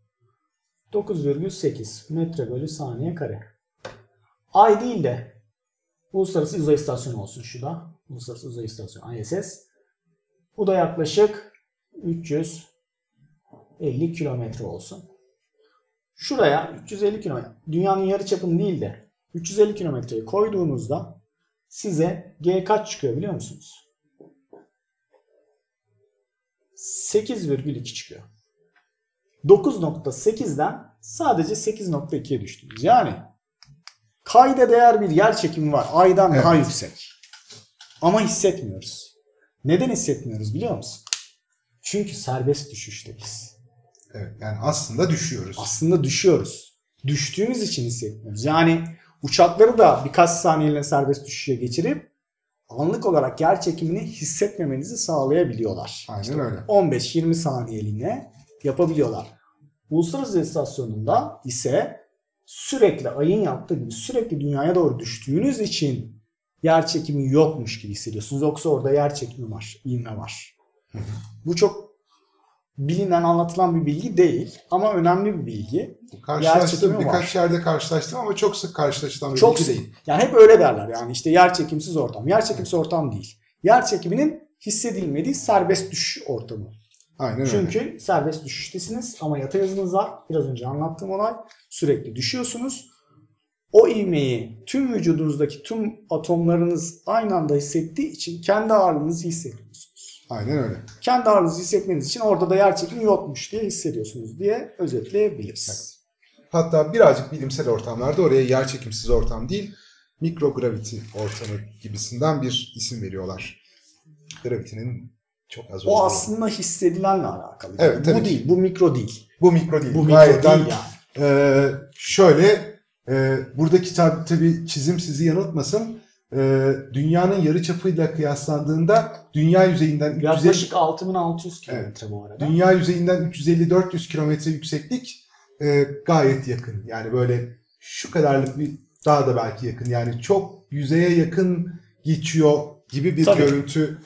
9,8 metre bölü saniye kare. Ay değil de Uluslararası Uzay İstasyonu olsun şu da. Uluslararası Uzay İstasyonu ISS. Bu da yaklaşık 350 kilometre olsun. şuraya 350 kilometre, dünyanın yarıçapını değil de 350 kilometreyi koyduğunuzda size G kaç çıkıyor biliyor musunuz? 8,2 çıkıyor. 9.8'den sadece 8.2'ye düştünüz. Yani kayda değer bir yer çekimi var. Aydan daha yüksek. Ama hissetmiyoruz. Neden hissetmiyoruz biliyor musun? Çünkü serbest düşüşteyiz. Evet, yani aslında düşüyoruz. Aslında düşüyoruz. Düştüğümüz için hissetmiyoruz. Yani uçakları da birkaç saniyeliğine serbest düşüşe geçirip anlık olarak yer çekimini hissetmemenizi sağlayabiliyorlar. Aynen İşte öyle. 15-20 saniyeliğine yapabiliyorlar. Uluslararası istasyonunda ise sürekli ayın yaptığı gibi sürekli dünyaya doğru düştüğünüz için yer çekimi yokmuş gibi hissediyorsunuz. Yoksa orada yer çekimi var, ivme var. Bu çok bilinen, anlatılan bir bilgi değil ama önemli bir bilgi. Karşılaştım, birkaç yerde karşılaştım ama çok sık karşılaşılan bir bilgi değil. Yani hep öyle derler yani işte yer çekimsiz ortam. Yer çekimsiz ortam değil. Yer çekiminin hissedilmediği serbest düşüş ortamı. Aynen Çünkü öyle. serbest düşüştesiniz ama yatay hızınız var. Biraz önce anlattığım olay. Sürekli düşüyorsunuz. O ivmeyi tüm vücudunuzdaki tüm atomlarınız aynı anda hissettiği için kendi ağırlığınızı hissediyorsunuz. Aynen öyle. Kendi ağırlığınızı hissetmeniz için orada da yer çekimi yokmuş diye hissediyorsunuz diye özetleyebiliriz. Hatta birazcık bilimsel ortamlarda oraya yerçekimsiz ortam değil, mikrogravity ortamı gibisinden bir isim veriyorlar. Gravity'nin çok az olduğu. O aslında hissedilenle alakalı. Evet, tabii bu ki. değil, bu mikro değil. Bu mikro değil. Bu mikro Gayet değil yani. Şöyle, buradaki tabii çizim sizi yanıltmasın. Dünyanın yarıçapıyla kıyaslandığında dünya yüzeyinden Yaklaşık 6600 kilometre bu arada. Dünya yüzeyinden 350-400 kilometre yükseklik gayet yakın. Yani böyle şu kadarlık bir daha da belki yakın. Yani çok yüzeye yakın geçiyor gibi bir Tabii. görüntü.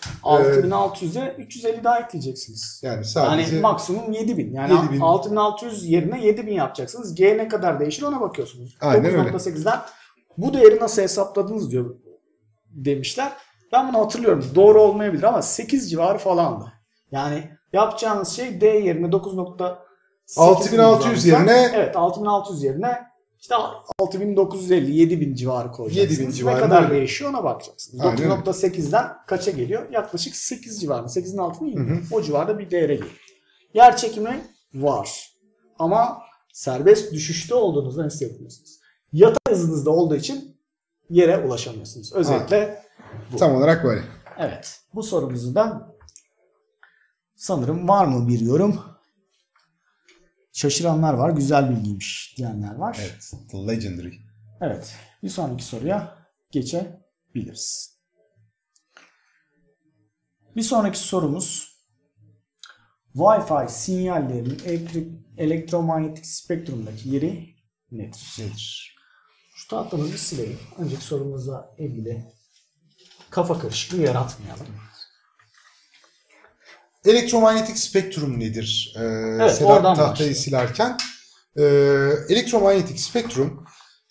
6600'e 350 daha ekleyeceksiniz. Yani sadece Yani maksimum 7000. Yani 7000. 6600 yerine 7000 yapacaksınız. G ne kadar değişir ona bakıyorsunuz. Aynen öyle. 9.8'den bu değeri nasıl hesapladınız diyor demişler. Ben bunu hatırlıyorum. Doğru olmayabilir ama 8 civarı falandı. Yani yapacağınız şey D yerine 9.8 6600 yerine evet 6600 yerine işte 6950 7000 civarı koyacaksınız. 7000 Ne civarı kadar öyle. değişiyor ona bakacaksınız. Aynen öyle. 9.8'den kaça geliyor? Yaklaşık 8 civarında. 8'in altına iniyor. O civarda bir değere geliyor. Yer çekimi var. Ama serbest düşüşte olduğunuzda hissetmiyorsunuz. Yatay hızınızda olduğu için yere ulaşamıyorsunuz. Özellikle bu. tam olarak böyle. Evet. Bu sorumuzu da sanırım var mı bir yorum? Şaşıranlar var. Güzel bilgiymiş diyenler var. Evet. The Legendary. Evet. Bir sonraki soruya geçebiliriz. Bir sonraki sorumuz Wi-Fi sinyallerinin elektromanyetik spektrumdaki yeri nedir? Şu tahtımızı bir silelim. Önceki sorumuzla ilgili kafa karışıklığı yaratmayalım. Elektromanyetik spektrum nedir? Evet, Sedat oradan tahtayı başlayalım. silerken. Elektromanyetik spektrum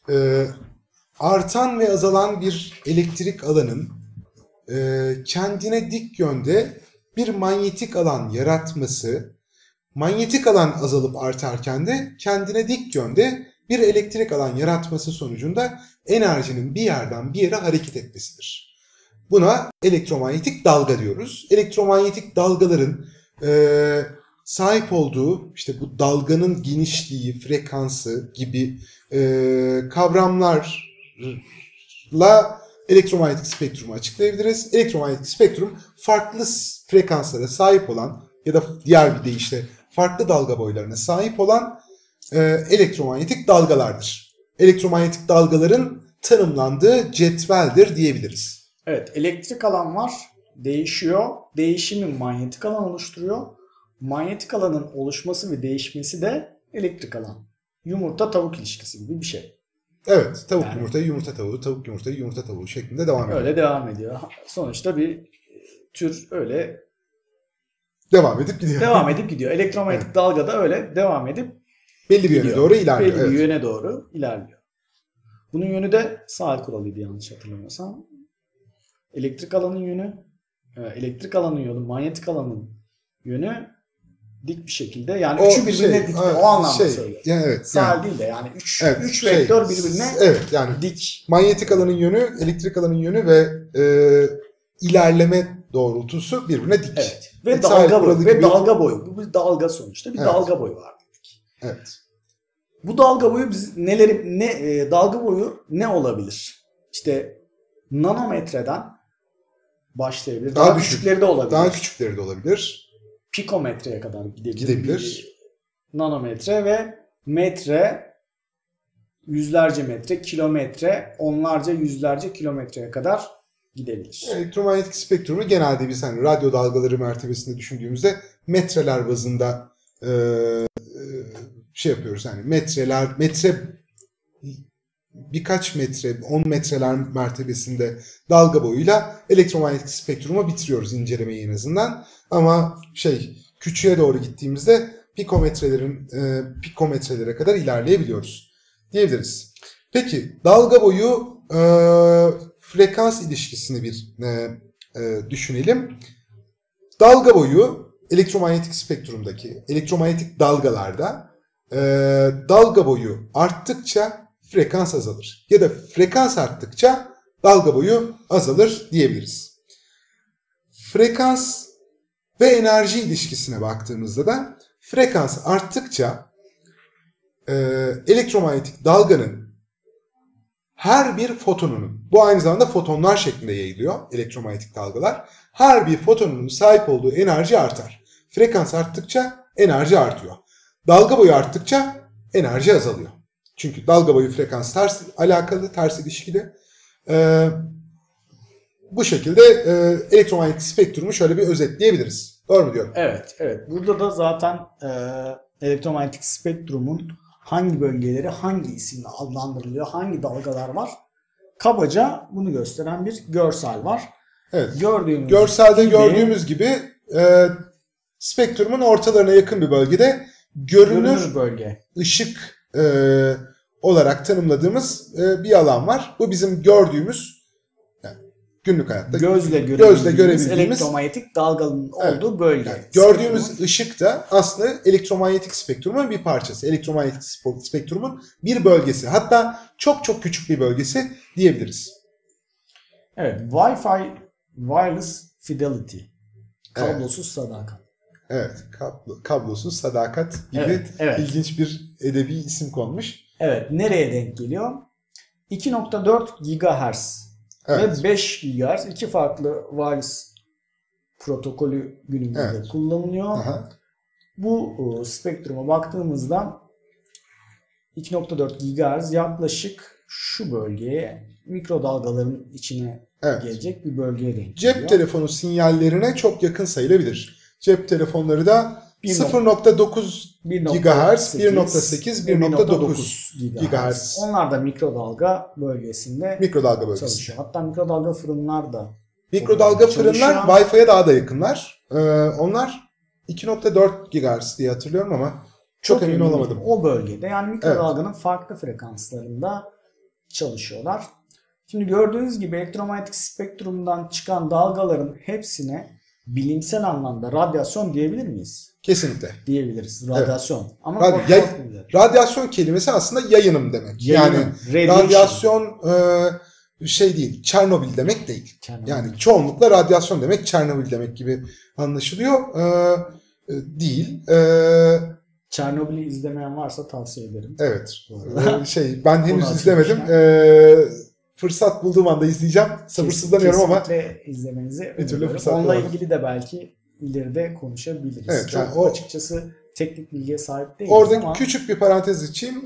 artan ve azalan bir elektrik alanın kendine dik yönde bir manyetik alan yaratması, manyetik alan azalıp artarken de kendine dik yönde bir elektrik alan yaratması sonucunda enerjinin bir yerden bir yere hareket etmesidir. Buna elektromanyetik dalga diyoruz. Elektromanyetik dalgaların sahip olduğu işte bu dalganın genişliği, frekansı gibi kavramlarla elektromanyetik spektrumu açıklayabiliriz. Elektromanyetik spektrum farklı frekanslara sahip olan ya da diğer bir deyişle farklı dalga boylarına sahip olan elektromanyetik dalgalardır. Elektromanyetik dalgaların tanımlandığı cetveldir diyebiliriz. Evet, elektrik alan var, değişiyor. Değişimi manyetik alan oluşturuyor. Manyetik alanın oluşması ve değişmesi de elektrik alan. Yumurta tavuk ilişkisi gibi bir şey. Evet, tavuk Yani- yumurtayı yumurta tavuğu, tavuk yumurtayı yumurta tavuğu şeklinde devam ediyor. Öyle devam ediyor. Sonuçta bir tür öyle Devam edip gidiyor. devam edip gidiyor. Elektromanyetik dalga da öyle devam edip Belli bir yöne gidiyor. doğru ilerliyor. Belli bir Evet. yöne doğru ilerliyor. Bunun yönü de Saal kuralıydı yanlış hatırlamıyorsam. Elektrik alanın yönü, manyetik alanın yönü dik bir şekilde yani üçü birbirine dik o anlamda söylüyorum. Yani evet, Sahil değil de yani üç evet, vektör birbirine evet, yani dik. Manyetik alanın yönü, elektrik alanın yönü ve ilerleme doğrultusu birbirine dik. Evet. Ve dalga boyu. gibi... dalga boyu. Bu bir dalga sonuçta. Bir dalga boyu var dedik. Evet. Bu dalga boyu biz dalga boyu ne olabilir? İşte nanometreden başlayabilir. Daha küçükleri de olabilir. Daha küçükleri de olabilir. Pikometreye kadar gidebilir. Nanometre ve metre, yüzlerce metre, kilometre, onlarca, yüzlerce kilometreye kadar gidebilir. Elektromanyetik spektrumu genelde biz hani radyo dalgaları mertebesinde düşündüğümüzde metreler bazında şey yapıyoruz. Yani metre birkaç metre, 10 metreler mertebesinde dalga boyuyla elektromanyetik spektrumu bitiriyoruz incelemeyi en azından. Ama küçüğe doğru gittiğimizde pikometrelere kadar ilerleyebiliyoruz diyebiliriz. Peki dalga boyu frekans ilişkisini bir düşünelim. Dalga boyu elektromanyetik spektrumdaki elektromanyetik dalgalarda dalga boyu arttıkça frekans azalır. Ya da frekans arttıkça dalga boyu azalır diyebiliriz. Frekans ve enerji ilişkisine baktığımızda da frekans arttıkça elektromanyetik dalganın her bir fotonunun, bu aynı zamanda fotonlar şeklinde yayılıyor elektromanyetik dalgalar, her bir fotonunun sahip olduğu enerji artar. Frekans arttıkça enerji artıyor. Dalga boyu arttıkça enerji azalıyor. Çünkü dalga boyu frekans ters ilişkili. Bu şekilde elektromanyetik spektrumu şöyle bir özetleyebiliriz. Doğru mu diyorum? Evet, evet. Burada da zaten elektromanyetik spektrumun hangi bölgeleri hangi isimle adlandırılıyor, hangi dalgalar var? Kabaca bunu gösteren bir görsel var. Evet. Görselde gördüğümüz gibi spektrumun ortalarına yakın bir bölgede görünür bölge, ışık olarak tanımladığımız bir alan var. Bu bizim gördüğümüz, yani günlük hayatta gözle görebildiğimiz elektromanyetik dalganın olduğu bölge. Yani gördüğümüz ışık da aslında elektromanyetik spektrumun bir parçası. Elektromanyetik spektrumun bir bölgesi. Hatta çok çok küçük bir bölgesi diyebiliriz. Evet. Wi-Fi Wireless Fidelity. Kablosuz sadakat. Evet. Kablosuz sadakat gibi ilginç bir edebi isim konmuş. Evet. Nereye denk geliyor? 2.4 GHz ve 5 GHz iki farklı wireless protokolü günümüzde kullanılıyor. Aha. Bu spektruma baktığımızda 2.4 GHz yaklaşık şu bölgeye, mikrodalgaların içine gelecek bir bölgeye denk geliyor. Cep telefonu sinyallerine çok yakın sayılabilir. Cep telefonları da 0.9 GHz, 1.8, 1.9 GHz. Onlar da mikrodalga bölgesinde çalışıyor. Hatta mikrodalga fırınlar da fırınlar Wi-Fi'ye daha da yakınlar. Onlar 2.4 GHz diye hatırlıyorum ama çok emin olamadım. O bölgede yani mikrodalganın farklı frekanslarında çalışıyorlar. Şimdi gördüğünüz gibi elektromanyetik spektrumdan çıkan dalgaların hepsine bilimsel anlamda radyasyon diyebilir miyiz? Kesinlikle. Diyebiliriz. Radyasyon. Evet. Ama radyasyon kelimesi aslında yayınım demek. Yani radyasyon değil, Çernobil demek değil. Yani çoğunlukla radyasyon demek, Çernobil demek gibi anlaşılıyor. Değil. Çernobil'i izlemeyen varsa tavsiye ederim. Evet. Ben henüz izlemedim. Fırsat bulduğum anda izleyeceğim. Sabırsızlanıyorum ama izlemenizi öneriyorum. Onunla ilgili de belki ileride konuşabiliriz. Evet, çok açıkçası teknik bilgiye sahip değiliz orada küçük bir parantez içeyim.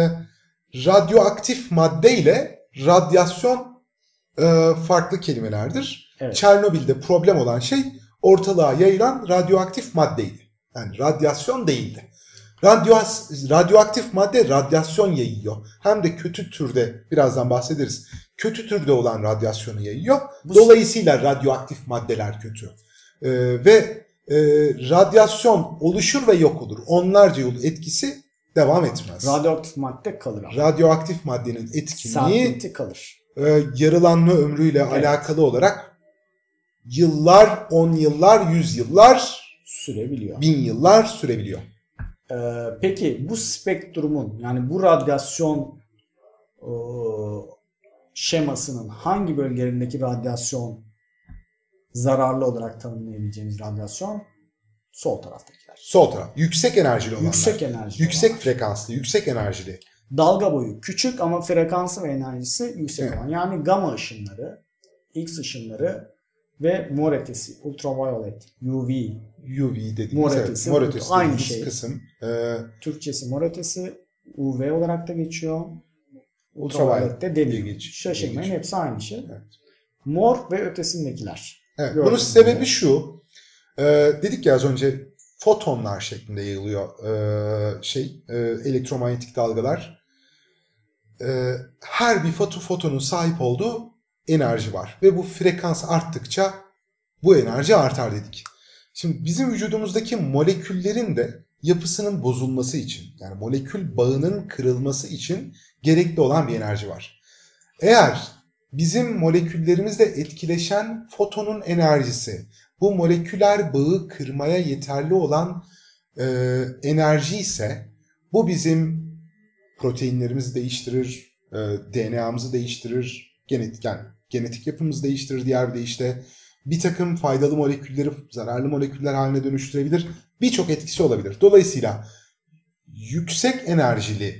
Radyoaktif madde ile radyasyon farklı kelimelerdir. Evet. Çernobil'de problem olan şey ortalığa yayılan radyoaktif maddeydi. Yani radyasyon değildi. Radyoaktif madde radyasyon yayıyor. Hem de kötü türde, birazdan bahsederiz. Kötü türde olan radyasyonu yayıyor. Dolayısıyla radyoaktif maddeler kötü. Radyasyon oluşur ve yok olur. Onlarca yıl etkisi devam etmez. Radyoaktif madde kalır. Radyoaktif maddenin etkinliği kalır. Yarılanma ömrüyle alakalı olarak yıllar, 10 yıllar, 100 yıllar sürebiliyor. 1000 yıllar sürebiliyor. Peki bu spektrumun yani bu radyasyon şemasının hangi bölgelerindeki radyasyon zararlı olarak tanımlayabileceğimiz radyasyon? Sol taraftakiler. Sol taraf. Yüksek enerjili olanlar. Yüksek enerjili Yüksek olanlar. frekanslı, yüksek enerjili. Dalga boyu küçük ama frekansı ve enerjisi yüksek olan. Yani gamma ışınları, X ışınları ve mor ötesi, ultraviolet, UV. UV dediğimiz Mor evet, ötesi, mor ötesi aynı dediğimiz şey. kısım. Türkçesi mor ötesi, UV olarak da geçiyor. Ultraviolet Ultraviolet de diye deli. geçiyor. Şaşırmayın, hepsi aynı şey. Evet. Mor ve ötesindekiler. Evet, Gördüğünüz bunun sebebi gibi. şu. Dedik ya az önce fotonlar şeklinde yayılıyor elektromanyetik dalgalar. Her bir fotonun sahip olduğu enerji var. Ve bu frekans arttıkça bu enerji artar dedik. Şimdi bizim vücudumuzdaki moleküllerin de yapısının bozulması için, yani molekül bağının kırılması için gerekli olan bir enerji var. Eğer bizim moleküllerimizle etkileşen fotonun enerjisi bu moleküler bağı kırmaya yeterli olan enerji ise bu bizim proteinlerimizi değiştirir, DNA'mızı değiştirir, genetik yapımızı değiştirir, diğer bir deyişle bir takım faydalı molekülleri zararlı moleküller haline dönüştürebilir. Birçok etkisi olabilir. Dolayısıyla yüksek enerjili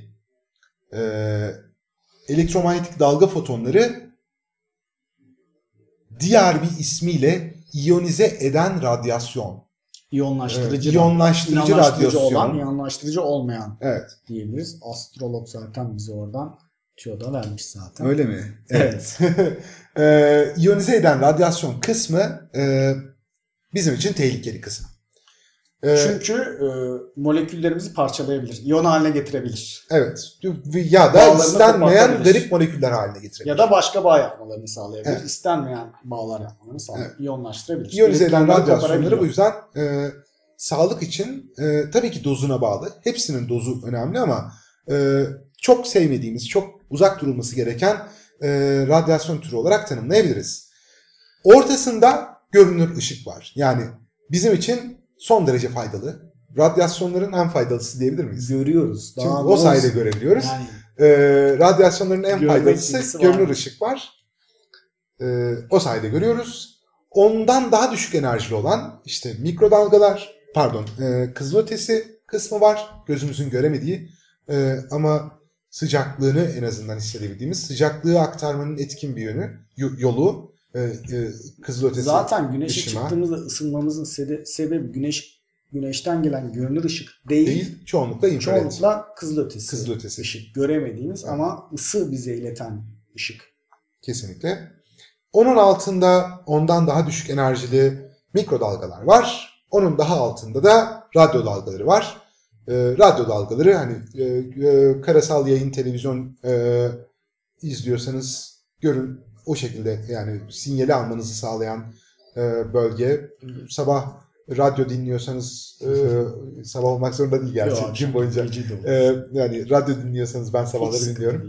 elektromanyetik dalga fotonları diğer bir ismiyle iyonize eden radyasyon. İyonlaştırıcı, İyonlaştırıcı radyasyon. olan, iyonlaştırıcı olmayan Evet. diyebiliriz. Astrolog zaten bize oradan tüyo da vermiş zaten. Öyle mi? Evet. İyonize eden radyasyon kısmı bizim için tehlikeli kısım. Çünkü moleküllerimizi parçalayabilir. İyon haline getirebilir. Evet. Ya da Bağlarını istenmeyen kopartabilir. garip moleküller haline getirebilir. Ya da başka bağ yapmalarını sağlayabilir. Evet. İstenmeyen bağlar yapmalarını sağlayabilir. Evet. İyonlaştırabilir. İyonize eden Elektronları radyasyonları koparabiliyor. bu yüzden sağlık için tabii ki dozuna bağlı. Hepsinin dozu önemli ama çok sevmediğimiz, çok uzak durulması gereken radyasyon türü olarak tanımlayabiliriz. Ortasında görünür ışık var. Yani bizim için son derece faydalı. Radyasyonların en faydalısı diyebilir miyiz? Görüyoruz. Çünkü Daha o sayede olsun. görebiliyoruz. Yani Radyasyonların en Görme faydalısı etkisi var. görünür ışık var. O sayede görüyoruz. Ondan daha düşük enerjili olan işte mikrodalgalar, kızılötesi kısmı var. Gözümüzün göremediği ama sıcaklığını en azından hissedebildiğimiz, sıcaklığı aktarmanın etkin bir yolu kızılötesi. zaten güneşe ışıma. çıktığımızda ısınmamızın sebebi güneşten gelen görünür ışık değil. Çoğunlukla infrared. Çoğunlukla kızılötesi. Kızılötesi. Işık göremediğimiz Evet. ama ısı bize ileten ışık. Kesinlikle. Onun altında ondan daha düşük enerjili mikrodalgalar var. Onun daha altında da radyo dalgaları var. Radyo dalgaları hani karasal yayın, televizyon izliyorsanız görün o şekilde, yani sinyali almanızı sağlayan bölge. Sabah radyo dinliyorsanız sabah olmak zorunda değil gerçi Yok, gün boyunca. gece de olur. Yani radyo dinliyorsanız ben sabahları Hiç sıkıntı dinliyorum.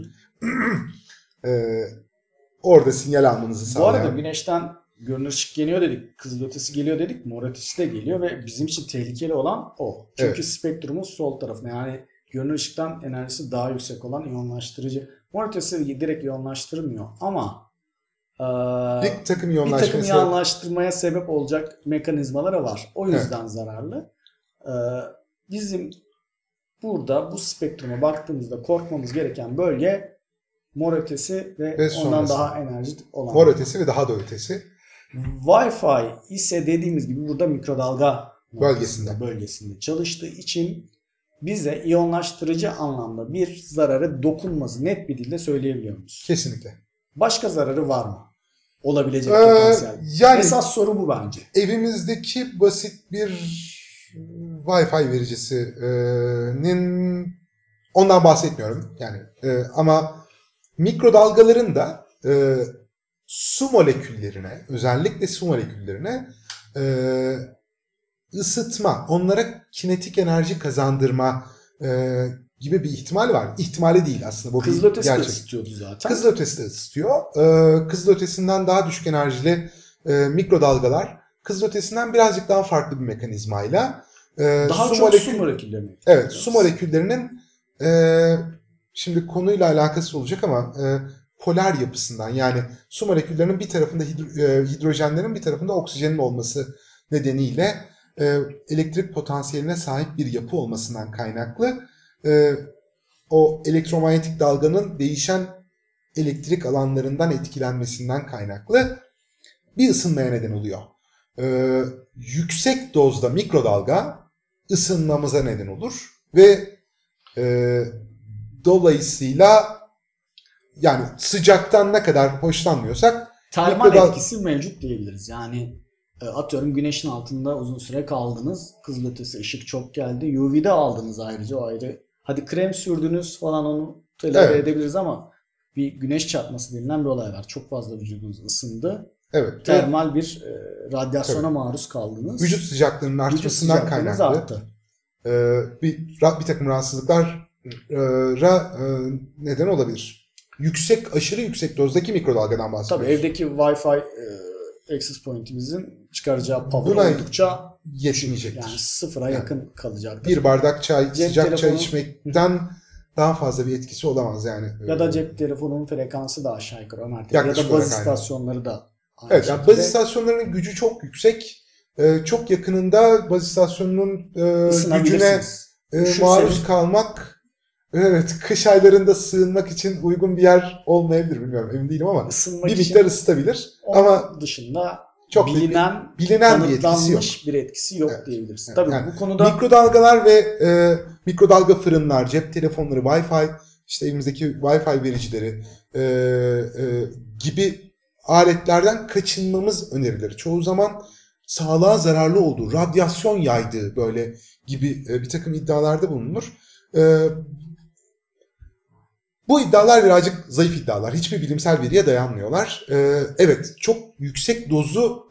değil. Orada sinyal almanızı Bu sağlayan. arada güneşten görünür ışık geliyor dedik, kızılötesi geliyor dedik, mor ötesi de geliyor ve bizim için tehlikeli olan o. Çünkü Evet. spektrumun sol tarafında, yani görünür ışıktan enerjisi daha yüksek olan iyonlaştırıcı. Mor ötesi direkt iyonlaştırmıyor ama Bir takım bir takım iyonlaşması. iyonlaştırmaya sebep olacak mekanizmaları var. O yüzden zararlı. Bizim burada bu spektruma baktığımızda korkmamız gereken bölge mor ötesi ve ondan sonrası. daha enerjik olan. Mor ötesi ve daha da ötesi. Wi-Fi ise dediğimiz gibi burada mikrodalga Bölgesinde. bölgesinde çalıştığı için bize iyonlaştırıcı anlamda bir zararı dokunmazı net bir dille söyleyebiliyor muyuz? Kesinlikle. Başka zararı var mı? Olabilecek potansiyel. Yani Esas soru bu bence. evimizdeki basit bir Wi-Fi vericisinin ondan bahsetmiyorum. Yani ama mikrodalgaların da su moleküllerine, özellikle su moleküllerine ısıtma, onlara kinetik enerji kazandırma gibi bir ihtimal var. İhtimali değil aslında. Bu Kızılötesi de gerçek. ısıtıyordu zaten. Kızılötesi de ısıtıyor. Kızılötesinden daha düşük enerjili mikrodalgalar kızılötesinden birazcık daha farklı bir mekanizmayla Daha çok su molekülleri. Evet, su moleküllerinin şimdi konuyla alakası olacak ama polar yapısından, yani su moleküllerinin bir tarafında hidrojenlerin bir tarafında oksijenin olması nedeniyle elektrik potansiyeline sahip bir yapı olmasından kaynaklı o elektromanyetik dalganın değişen elektrik alanlarından etkilenmesinden kaynaklı bir ısınmaya neden oluyor. Yüksek dozda mikrodalga ısınmamıza neden olur ve dolayısıyla yani sıcaktan ne kadar hoşlanmıyorsak termal etkisi mevcut diyebiliriz. Yani atıyorum güneşin altında uzun süre kaldınız. Kızılötesi ışık çok geldi. UV'de aldınız ayrıca, o ayrı. Hadi krem sürdünüz falan, onu tolere edebiliriz ama bir güneş çarpması denilen bir olay var. Çok fazla vücudunuz ısındı. Evet. Termal bir radyasyona maruz kaldınız. Vücut sıcaklığının artmasından kaynaklı arttı. bir takım rahatsızlıklara neden olabilir. Aşırı yüksek dozdaki mikrodalgadan bahsediyoruz. Tabii evdeki Wi-Fi access point'imizin çıkaracağı power oldukça yetmeyecektir. Yani sıfıra yakın kalacaktır. Bir bardak çay, sıcak çay telefonu... içmekten daha fazla bir etkisi olamaz yani. Ya da cep telefonunun frekansı da aşağı yukarı o mertebe. Ya da baz istasyonları da aynı evet, şekilde. Yani baz istasyonlarının gücü çok yüksek. Çok yakınında baz istasyonunun gücüne maruz kalmak, evet, kış aylarında sığınmak için uygun bir yer olmayabilir, bilmiyorum, emin değilim ama Isınmak bir miktar ısıtabilir. Ama dışında çok bilinen bir etkisi yok. Bir etkisi yok diyebiliriz. Evet, tabii yani bu konuda mikrodalgalar ve mikrodalga fırınlar, cep telefonları, Wi-Fi, işte evimizdeki Wi-Fi vericileri gibi aletlerden kaçınmamız önerilir. Çoğu zaman sağlığa zararlı olduğu, radyasyon yaydığı böyle gibi bir takım iddialarda bulunur. Bu iddialar birazcık zayıf iddialar. Hiçbir bilimsel veriye dayanmıyorlar. Evet, çok yüksek dozu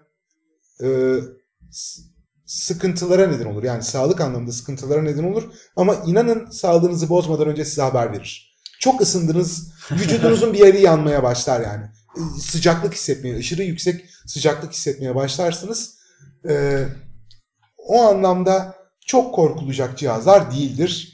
sıkıntılara neden olur. Yani sağlık anlamında sıkıntılara neden olur. Ama inanın, sağlığınızı bozmadan önce size haber verir. Çok ısındınız, vücudunuzun bir yeri yanmaya başlar yani. Sıcaklık hissetmeye, aşırı yüksek sıcaklık hissetmeye başlarsınız. O anlamda çok korkulacak cihazlar değildir.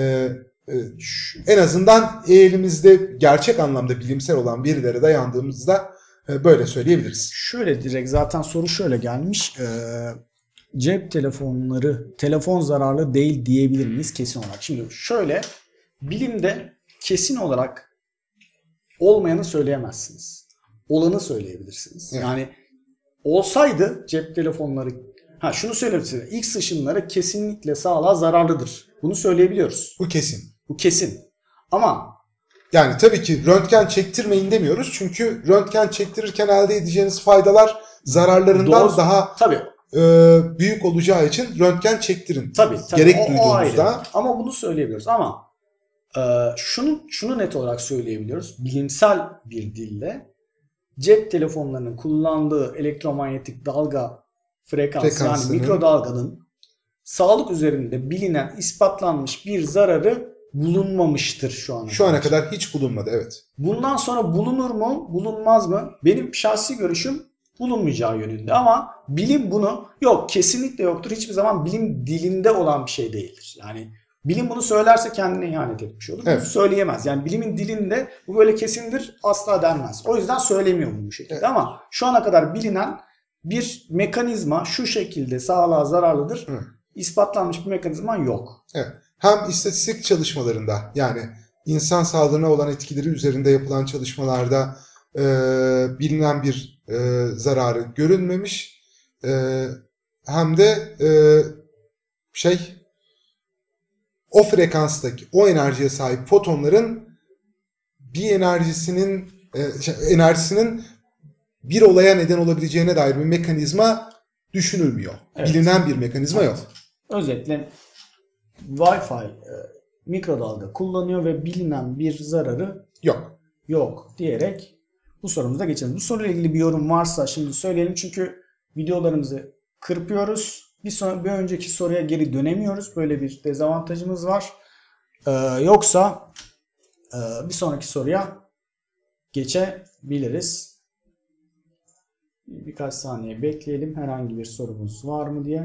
En azından elimizde gerçek anlamda bilimsel olan verilere dayandığımızda böyle söyleyebiliriz. Şöyle direkt zaten soru şöyle gelmiş. Cep telefonları telefon zararlı değil diyebilir miyiz kesin olarak? Şimdi şöyle, bilimde kesin olarak olmayanı söyleyemezsiniz. Olanı söyleyebilirsiniz. Evet. Yani olsaydı cep telefonları, şunu söyleyebilirsiniz. X ışınları kesinlikle sağlığa zararlıdır. Bunu söyleyebiliyoruz. Bu kesin. Bu kesin. Ama yani tabii ki röntgen çektirmeyin demiyoruz. Çünkü röntgen çektirirken elde edeceğiniz faydalar zararlarından daha büyük olacağı için röntgen çektirin. Tabii. Gerek duyduğunuzda. Ama bunu söyleyebiliyoruz. Ama şunu net olarak söyleyebiliyoruz. Bilimsel bir dille cep telefonlarının kullandığı elektromanyetik dalga frekansı, yani mikrodalganın sağlık üzerinde bilinen, ispatlanmış bir zararı bulunmamıştır şu ana kadar. Şu ana kadar hiç bulunmadı, evet. Bundan sonra bulunur mu, bulunmaz mı? Benim şahsi görüşüm bulunmayacağı yönünde, ama bilim bunu yok, kesinlikle yoktur. Hiçbir zaman bilim dilinde olan bir şey değildir. Yani bilim bunu söylerse kendine ihanet etmiş olur. Evet. Bunu söyleyemez. Yani bilimin dilinde bu böyle kesindir asla denmez. O yüzden söylemiyor bu şekilde. Evet. Ama şu ana kadar bilinen bir mekanizma şu şekilde sağlığa zararlıdır. Evet. İspatlanmış bir mekanizma yok. Evet. Hem istatistik çalışmalarında, yani insan sağlığına olan etkileri üzerinde yapılan çalışmalarda bilinen bir zararı görülmemiş. Hem de o frekanstaki, o enerjiye sahip fotonların bir enerjisinin bir olaya neden olabileceğine dair bir mekanizma düşünülmüyor. Evet. Bilinen bir mekanizma yok. Özetle Wi-Fi mikrodalga kullanıyor ve bilinen bir zararı yok diyerek bu sorumuza geçelim. Bu soruyla ilgili bir yorum varsa şimdi söyleyelim, çünkü videolarımızı kırpıyoruz. Bir önceki soruya geri dönemiyoruz. Böyle bir dezavantajımız var. Yoksa bir sonraki soruya geçebiliriz. Birkaç saniye bekleyelim. Herhangi bir sorumuz var mı diye.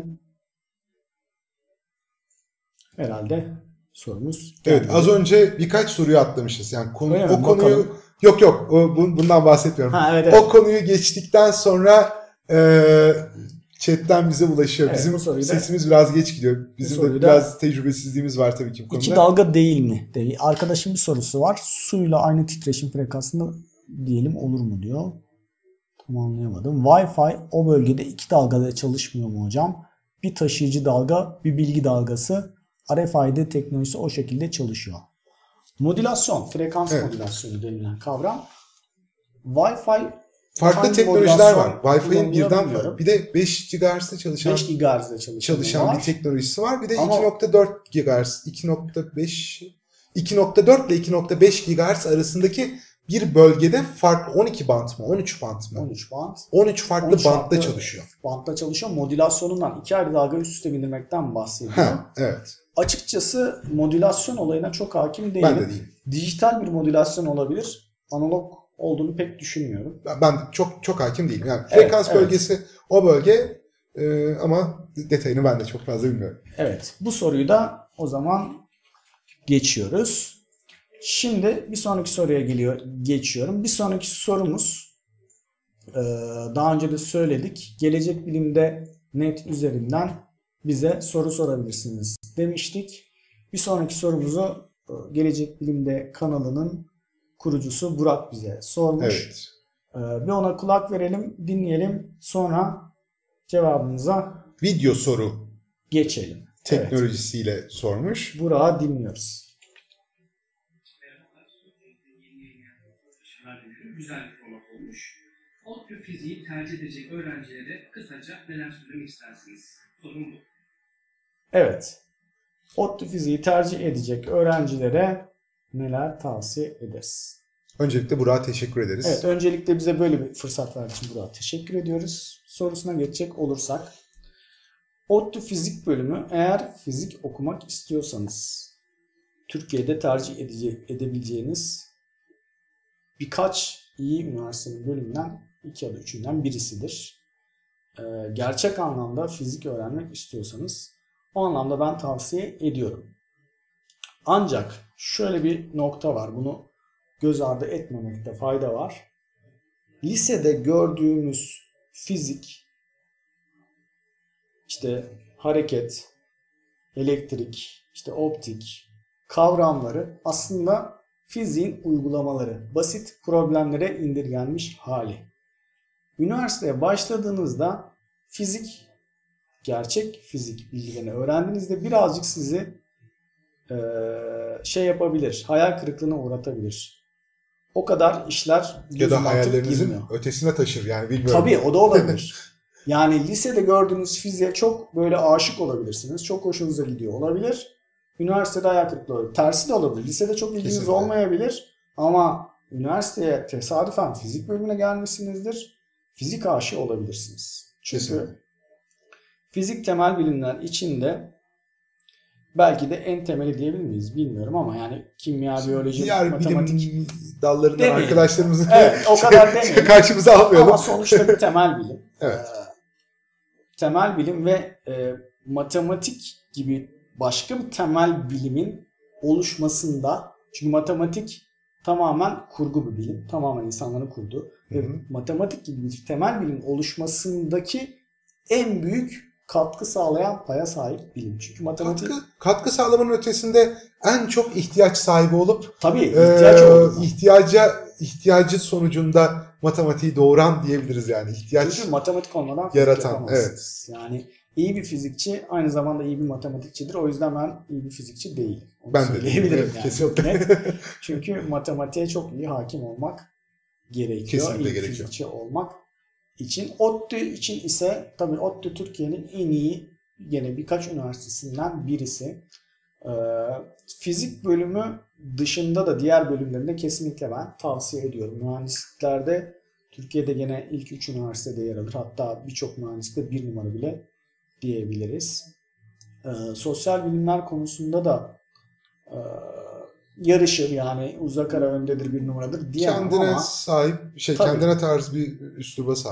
Herhalde sorumuz geldi. Evet, az önce birkaç soruyu atlamışız. Yani Öyle mi? o konuyu Bakalım. yok bundan bahsetmiyorum. Ha, evet, evet. O konuyu geçtikten sonra chatten bize ulaşıyor. Evet, Bizim bu soruyu da- sesimiz biraz geç gidiyor. Bizim soruyu de da- biraz tecrübesizliğimiz var tabii ki bu konuda. İki dalga değil mi? Arkadaşın bir sorusu var. Suyla aynı titreşim frekansında diyelim olur mu diyor. Tam anlayamadım. Wi-Fi o bölgede iki dalgada çalışmıyor mu hocam? Bir taşıyıcı dalga, bir bilgi dalgası. RFID teknolojisi o şekilde çalışıyor. Modülasyon, frekans Evet. modülasyonu denilen kavram. Wi-Fi Farklı hangi teknolojiler modülasyon var. Wi-Fi'nin kullanılıyor birden bilmiyorum. var. Bir de 5 GHz'de çalışan 5 GHz'de çalışan bir var. teknolojisi var. Bir de Ama- 2.4 GHz, 2.4 ile 2.5 GHz arasındaki bir bölgede farklı 12 bant mı, 13 bant mı? 13 band. 13 farklı 13 bantta farklı çalışıyor. Bantta çalışıyor. Modülasyonundan iki ayrı dalga üst üste bindirmekten bahsediyor. Ha, evet. Açıkçası modülasyon olayına çok hakim değilim. Ben de değilim. Dijital bir modülasyon olabilir. Analog olduğunu pek düşünmüyorum. Ben çok hakim değilim. Yani frekans evet. bölgesi o bölge ama detayını ben de çok fazla bilmiyorum. Evet. Bu soruyu da o zaman geçiyoruz. Şimdi bir sonraki soruya geçiyorum. Bir sonraki sorumuz daha önce de söyledik. Gelecek Bilim'de net üzerinden bize soru sorabilirsiniz demiştik. Bir sonraki sorumuzu Gelecek Bilim'de kanalının kurucusu Burak bize sormuş. Evet. Bir ona kulak verelim, dinleyelim. Sonra cevabımıza Video soru geçelim. teknolojisiyle sormuş. Evet, Burak'ı dinliyoruz. Güzel bir format olmuş. ODTÜ fiziği tercih edecek öğrencilere kısaca neler söylemek istersiniz? Sorun bu. Evet. ODTÜ fiziği tercih edecek öğrencilere neler tavsiye ederiz? Öncelikle Burak'a teşekkür ederiz. Evet, öncelikle bize böyle bir fırsat verdiği için Burak'a teşekkür ediyoruz. Sorusuna geçecek olursak, ODTÜ fizik bölümü eğer fizik okumak istiyorsanız Türkiye'de tercih edebileceğiniz birkaç iyi üniversitenin bölümünden 2 ya da 3'ünden birisidir. Gerçek anlamda fizik öğrenmek istiyorsanız o anlamda ben tavsiye ediyorum. Ancak şöyle bir nokta var. Bunu göz ardı etmemekte fayda var. Lisede gördüğümüz fizik, işte hareket, elektrik, işte optik kavramları aslında fiziğin uygulamaları, basit problemlere indirgenmiş hali. Üniversiteye başladığınızda fizik, gerçek fizik bilgilerini öğrendiğinizde birazcık sizi yapabilir, hayal kırıklığına uğratabilir. O kadar işler Ya da mantık hayallerinizin girmiyor. ötesine taşır yani bilmiyorum. Tabii o da olabilir. Yani lisede gördüğünüz fiziğe çok böyle aşık olabilirsiniz. Çok hoşunuza gidiyor olabilir. Üniversitede hayal kırıklığı olabilir. Tersi de olabilir. Lisede çok ilginiz Kesinlikle. olmayabilir. Ama üniversiteye tesadüfen fizik bölümüne gelmişsinizdir. Fizik aşığı olabilirsiniz. Çünkü Kesinlikle. fizik temel bilimler içinde belki de en temeli diyebilir miyiz bilmiyorum ama yani kimya, biyoloji, Diğer matematik. bilim dallarından Demeyelim. arkadaşlarımızı Evet, o kadar demeyelim. karşımıza almayalım. Ama sonuçta bir temel bilim. Evet. Temel bilim ve matematik gibi başka bir temel bilimin oluşmasında, çünkü matematik tamamen kurgu bir bilim. Tamamen insanların kurduğu. Ve matematik gibi bir temel bilimin oluşmasındaki en büyük katkı sağlayan paya sahip bilim. Çünkü matematik Katkı sağlamanın ötesinde en çok ihtiyaç sahibi olup tabii ihtiyaç olduğu. ihtiyacı sonucunda matematiği doğuran diyebiliriz yani. İhtiyaç Çünkü matematik olmadan fizik yaratan, yapamazsınız. Yani iyi bir fizikçi aynı zamanda iyi bir matematikçidir. O yüzden ben iyi bir fizikçi değilim. Onu Ben de söyleyebilirim değilim, yani. kesinlikle. Çok net. Çünkü matematiğe çok iyi hakim olmak gerekiyor. Kesinlikle iyi gerekiyor. fizikçi olmak için. ODTÜ için ise tabii ODTÜ Türkiye'nin en iyi gene birkaç üniversitesinden birisi. Fizik bölümü dışında da diğer bölümlerinde kesinlikle ben tavsiye ediyorum. Mühendisliklerde Türkiye'de gene ilk 3 üniversitede yer alır. Hatta birçok mühendislikte 1 numara bile diyebiliriz. Sosyal bilimler konusunda da yarışır yani uzak ara öndedir 1 numaradır diyemem kendine ama sahip, Tabii. kendine tarz bir üsluba sahip.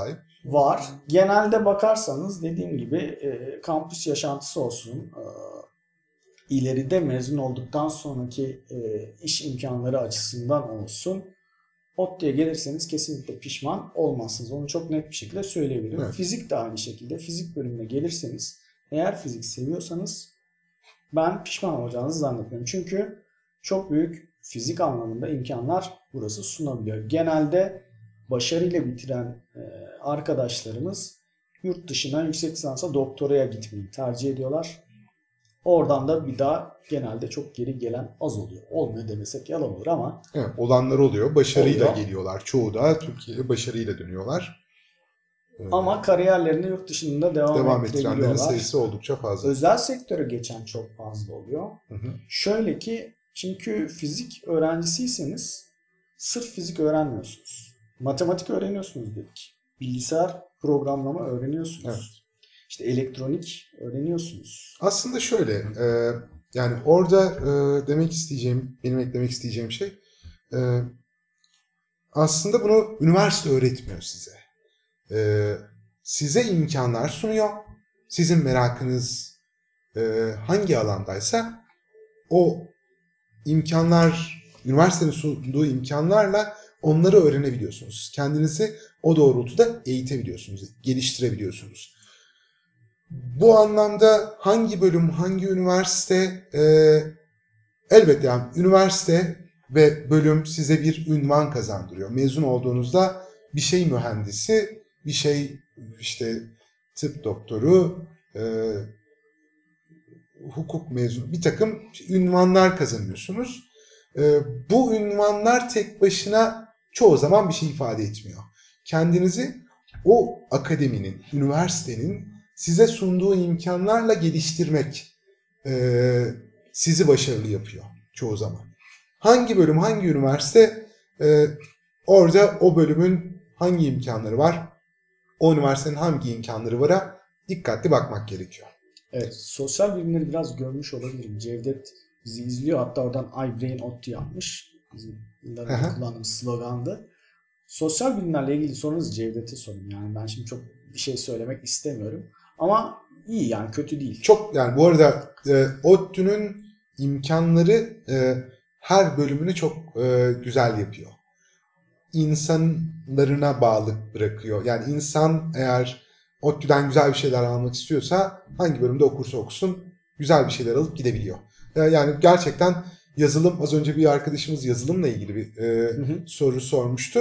Var. Genelde bakarsanız dediğim gibi kampüs yaşantısı olsun, ileride mezun olduktan sonraki iş imkanları açısından olsun, ODTÜ'ye gelirseniz kesinlikle pişman olmazsınız. Onu çok net bir şekilde söyleyebilirim. Evet. Fizik de aynı şekilde. Fizik bölümüne gelirseniz, eğer fizik seviyorsanız ben pişman olacağınızı zannetmiyorum. Çünkü çok büyük fizik anlamında imkanlar burası sunabiliyor. Genelde başarıyla bitiren arkadaşlarımız yurt dışına yüksek lisansa, doktoraya gitmeyi tercih ediyorlar. Oradan da bir daha genelde çok geri gelen az oluyor. Olmuyor demesek yalan olur ama Evet, olanlar oluyor. Başarıyla oluyor. geliyorlar. Çoğu da Türkiye'ye başarıyla dönüyorlar. Ama kariyerlerini yurt dışında devam Devam ettirebiliyorlar. ettirenlerin sayısı oldukça fazla. Özel sektöre geçen çok fazla oluyor. Hı hı. Şöyle ki, çünkü fizik öğrencisiyseniz sırf fizik öğrenmiyorsunuz. Matematik öğreniyorsunuz dedik. Bilgisayar programlama öğreniyorsunuz. Evet. İşte elektronik öğreniyorsunuz. Aslında şöyle, yani orada benim eklemek isteyeceğim şey, aslında bunu üniversite öğretmiyor size. Size imkanlar sunuyor. Sizin merakınız hangi alandaysa o imkanlar, üniversitenin sunduğu imkanlarla onları öğrenebiliyorsunuz. Kendinizi o doğrultuda eğitebiliyorsunuz, geliştirebiliyorsunuz. Bu anlamda hangi bölüm, hangi üniversite, elbette yani üniversite ve bölüm size bir ünvan kazandırıyor. Mezun olduğunuzda bir şey mühendisi, bir şey işte tıp doktoru, hukuk mezunu, bir takım ünvanlar kazanıyorsunuz. Bu ünvanlar tek başına çoğu zaman bir şey ifade etmiyor. Kendinizi o akademinin, üniversitenin size sunduğu imkanlarla geliştirmek sizi başarılı yapıyor çoğu zaman. Hangi bölüm, hangi üniversite, orada o bölümün hangi imkanları var, o üniversitenin hangi imkanları var'a dikkatli bakmak gerekiyor. Evet, sosyal bilimleri biraz görmüş olabilirim. Cevdet bizi izliyor. Hatta oradan iBrain ODTÜ yapmış. Bizim yıllarında kullandığımız slogandı. Sosyal bilimlerle ilgili sorunuzu Cevdet'e sorun. Yani ben şimdi çok bir şey söylemek istemiyorum. Ama iyi, yani kötü değil. Çok, yani bu arada ODTÜ'nün imkanları her bölümünü çok güzel yapıyor. İnsanlarına bağlı bırakıyor. Yani insan eğer ODTÜ'den güzel bir şeyler almak istiyorsa hangi bölümde okursa okusun güzel bir şeyler alıp gidebiliyor. Yani gerçekten yazılım, az önce bir arkadaşımız yazılımla ilgili bir soru sormuştu.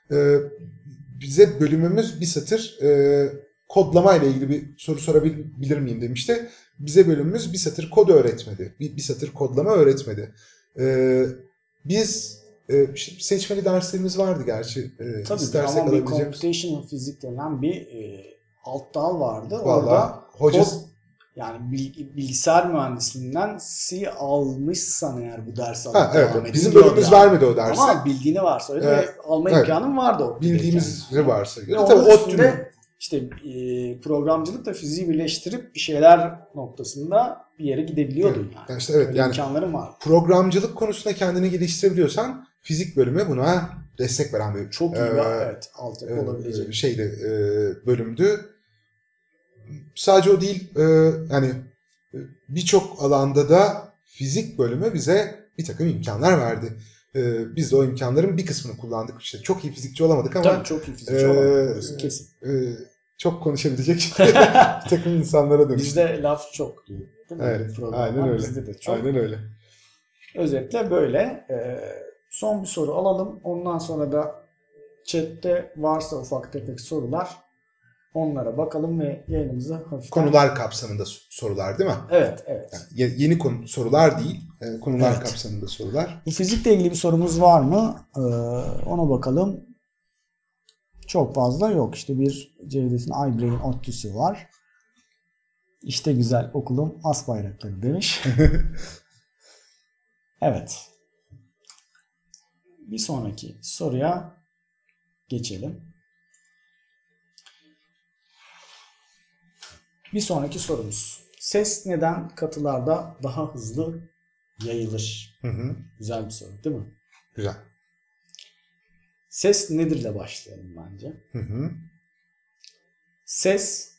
Bize bölümümüz bir satır kodlama ile ilgili bir soru sorabilir miyim demişti. Bize bölümümüz bir satır kod öğretmedi. Bir satır kodlama öğretmedi. Biz seçmeli derslerimiz vardı gerçi. Tabii ama bir computational physics denen bir alt dal vardı. Vallahi, orada hocası... kod, yani bilgisayar mühendisliğinden C almışsan eğer bu dersi alıp devam evet, bizim bölümümüz yani. vermedi o dersi. Ama bildiğini varsaydı ve alma imkanın vardı o. Bildiğimizi varsaydı. Tabii ODTÜ'de işte programcılıkla fiziği birleştirip bir şeyler noktasında bir yere gidebiliyordun yani. İşte evet, yani imkanların var. Programcılık konusunda kendini geliştirebiliyorsan fizik bölümü buna destek veren bir çok iyi evet, altyapı olabilecek bölümdü. Sadece o değil, yani birçok alanda da fizik bölümü bize bir takım imkanlar verdi. Biz de o imkanların bir kısmını kullandık. İşte çok iyi fizikçi olamadık ama tabii çok iyi fizikçi olamadık, kesin. Çok konuşabilecek bir takım insanlara dönüştük. Bizde laf çok değil mi? Evet, aynen öyle. Bizde de çok. Aynen öyle. Özetle böyle. Son bir soru alalım. Ondan sonra da chatte varsa ufak tefek sorular, onlara bakalım ve yayınımızı hafiften... Konular kapsamında sorular değil mi? Evet. Yani yeni sorular değil, konular kapsamında sorular. Bu fizikle ilgili bir sorumuz var mı? Ona bakalım. Çok fazla yok. İşte bir Cevdet'in iBrain ODTÜ'sü var. İşte güzel okulum as bayrakları demiş. Evet. Bir sonraki soruya geçelim. Bir sonraki sorumuz. Ses neden katılarda daha hızlı yayılır? Güzel bir soru değil mi? Güzel. Ses nedirle başlayalım bence. Ses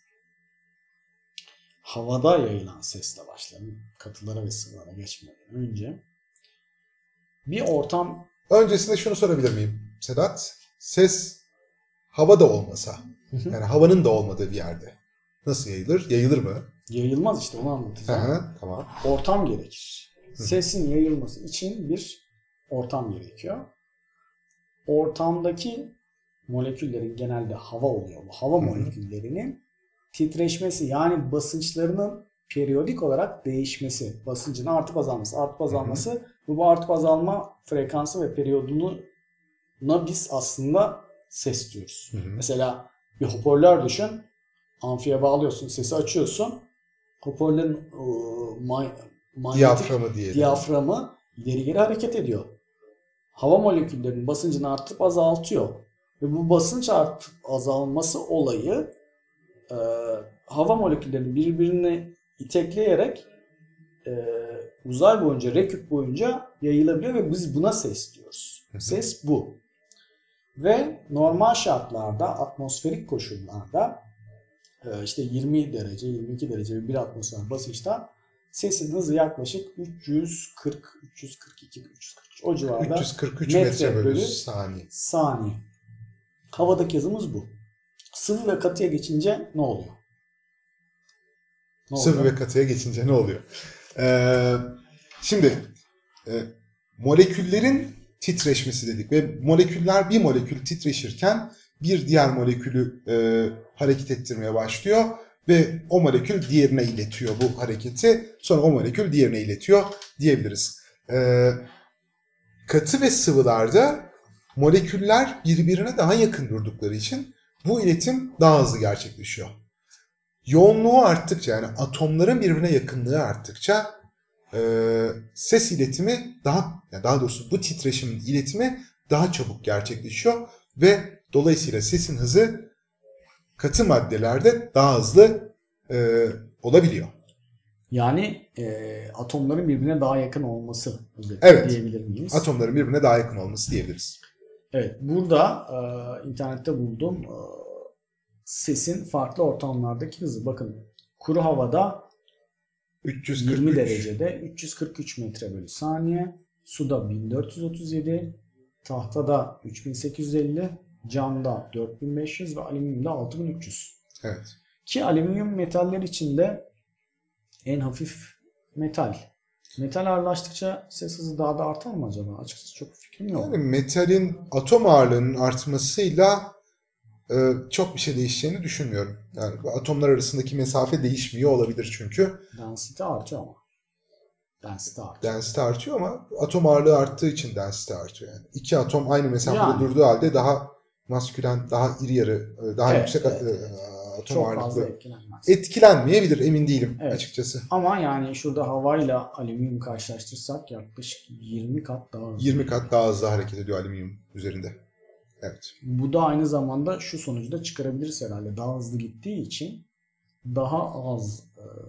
havada yayılan sesle başlayalım. Katılara ve sıvılara geçmeden önce. Bir ortam... Öncesinde şunu sorabilir miyim Sedat? Ses havada olmasa, yani havanın da olmadığı bir yerde nasıl yayılır? Yayılır mı? Yayılmaz işte, onu anlatacağım. Tamam. Ortam gerekir. Sesin yayılması için bir ortam gerekiyor. Ortamdaki moleküllerin, genelde hava oluyor. Bu hava moleküllerinin titreşmesi, yani basınçlarının periyodik olarak değişmesi, basıncın artıp azalması, bu artıp azalma frekansı ve periyoduna biz aslında ses diyoruz. Mesela bir hoparlör düşün, amfiye bağlıyorsun, sesi açıyorsun, hoparlörün manyetik diyaframı ileri geri hareket ediyor. Hava moleküllerinin basıncını artıp azaltıyor. Ve bu basınç artıp azalması olayı hava moleküllerinin birbirini itekleyerek uzay boyunca, reküp boyunca yayılabiliyor ve biz buna ses diyoruz. Ses bu. Ve normal şartlarda, atmosferik koşullarda işte 20 derece, 22 derece ve 1 atmosfer basınçta sesin hızı yaklaşık 340, 342, 343 o civarda 343 metre bölü saniye. Havadaki hızımız bu. Sıvı ve katıya geçince ne oluyor? Sıvı ve katıya geçince ne oluyor? Şimdi moleküllerin titreşmesi dedik ve moleküller, bir molekül titreşirken bir diğer molekülü hareket ettirmeye başlıyor ve o molekül diğerine iletiyor bu hareketi. Sonra o molekül diğerine iletiyor diyebiliriz. Katı ve sıvılarda moleküller birbirine daha yakın durdukları için bu iletim daha hızlı gerçekleşiyor. Yoğunluğu arttıkça, yani atomların birbirine yakınlığı arttıkça ses iletimi daha doğrusu bu titreşimin iletimi daha çabuk gerçekleşiyor ve dolayısıyla sesin hızı katı maddelerde daha hızlı olabiliyor. Yani atomların birbirine daha yakın olması diyebilir miyiz? Atomların birbirine daha yakın olması diyebiliriz. Evet, burada internette buldum sesin farklı ortamlardaki hızı. Bakın, kuru havada 20 derecede 343 metre bölü saniye, suda 1437, tahtada 3850, camda 4500 ve alüminyumda 6300. Evet. Ki alüminyum metaller içinde en hafif metal. Metal ağırlaştıkça ses hızı daha da artar mı acaba? Açıkçası çok fikrim yok. Yani metalin atom ağırlığının artmasıyla çok bir şey değişeceğini düşünmüyorum. Yani atomlar arasındaki mesafe değişmiyor olabilir çünkü. Density artıyor ama. Density artıyor ama atom ağırlığı arttığı için density artıyor. Yani iki atom aynı mesafede yani durduğu halde daha maskülen, daha iri yarı, daha yüksek atom çok ağırlıklı etkilenmeyebilir, emin değilim açıkçası. Ama yani şurada havayla alüminyum karşılaştırsak yaklaşık 20 kat daha hızlı. 20 kat daha hızlı hareket ediyor alüminyum üzerinde. Evet. Bu da aynı zamanda şu sonucu da çıkarabiliriz herhalde. Daha hızlı gittiği için daha az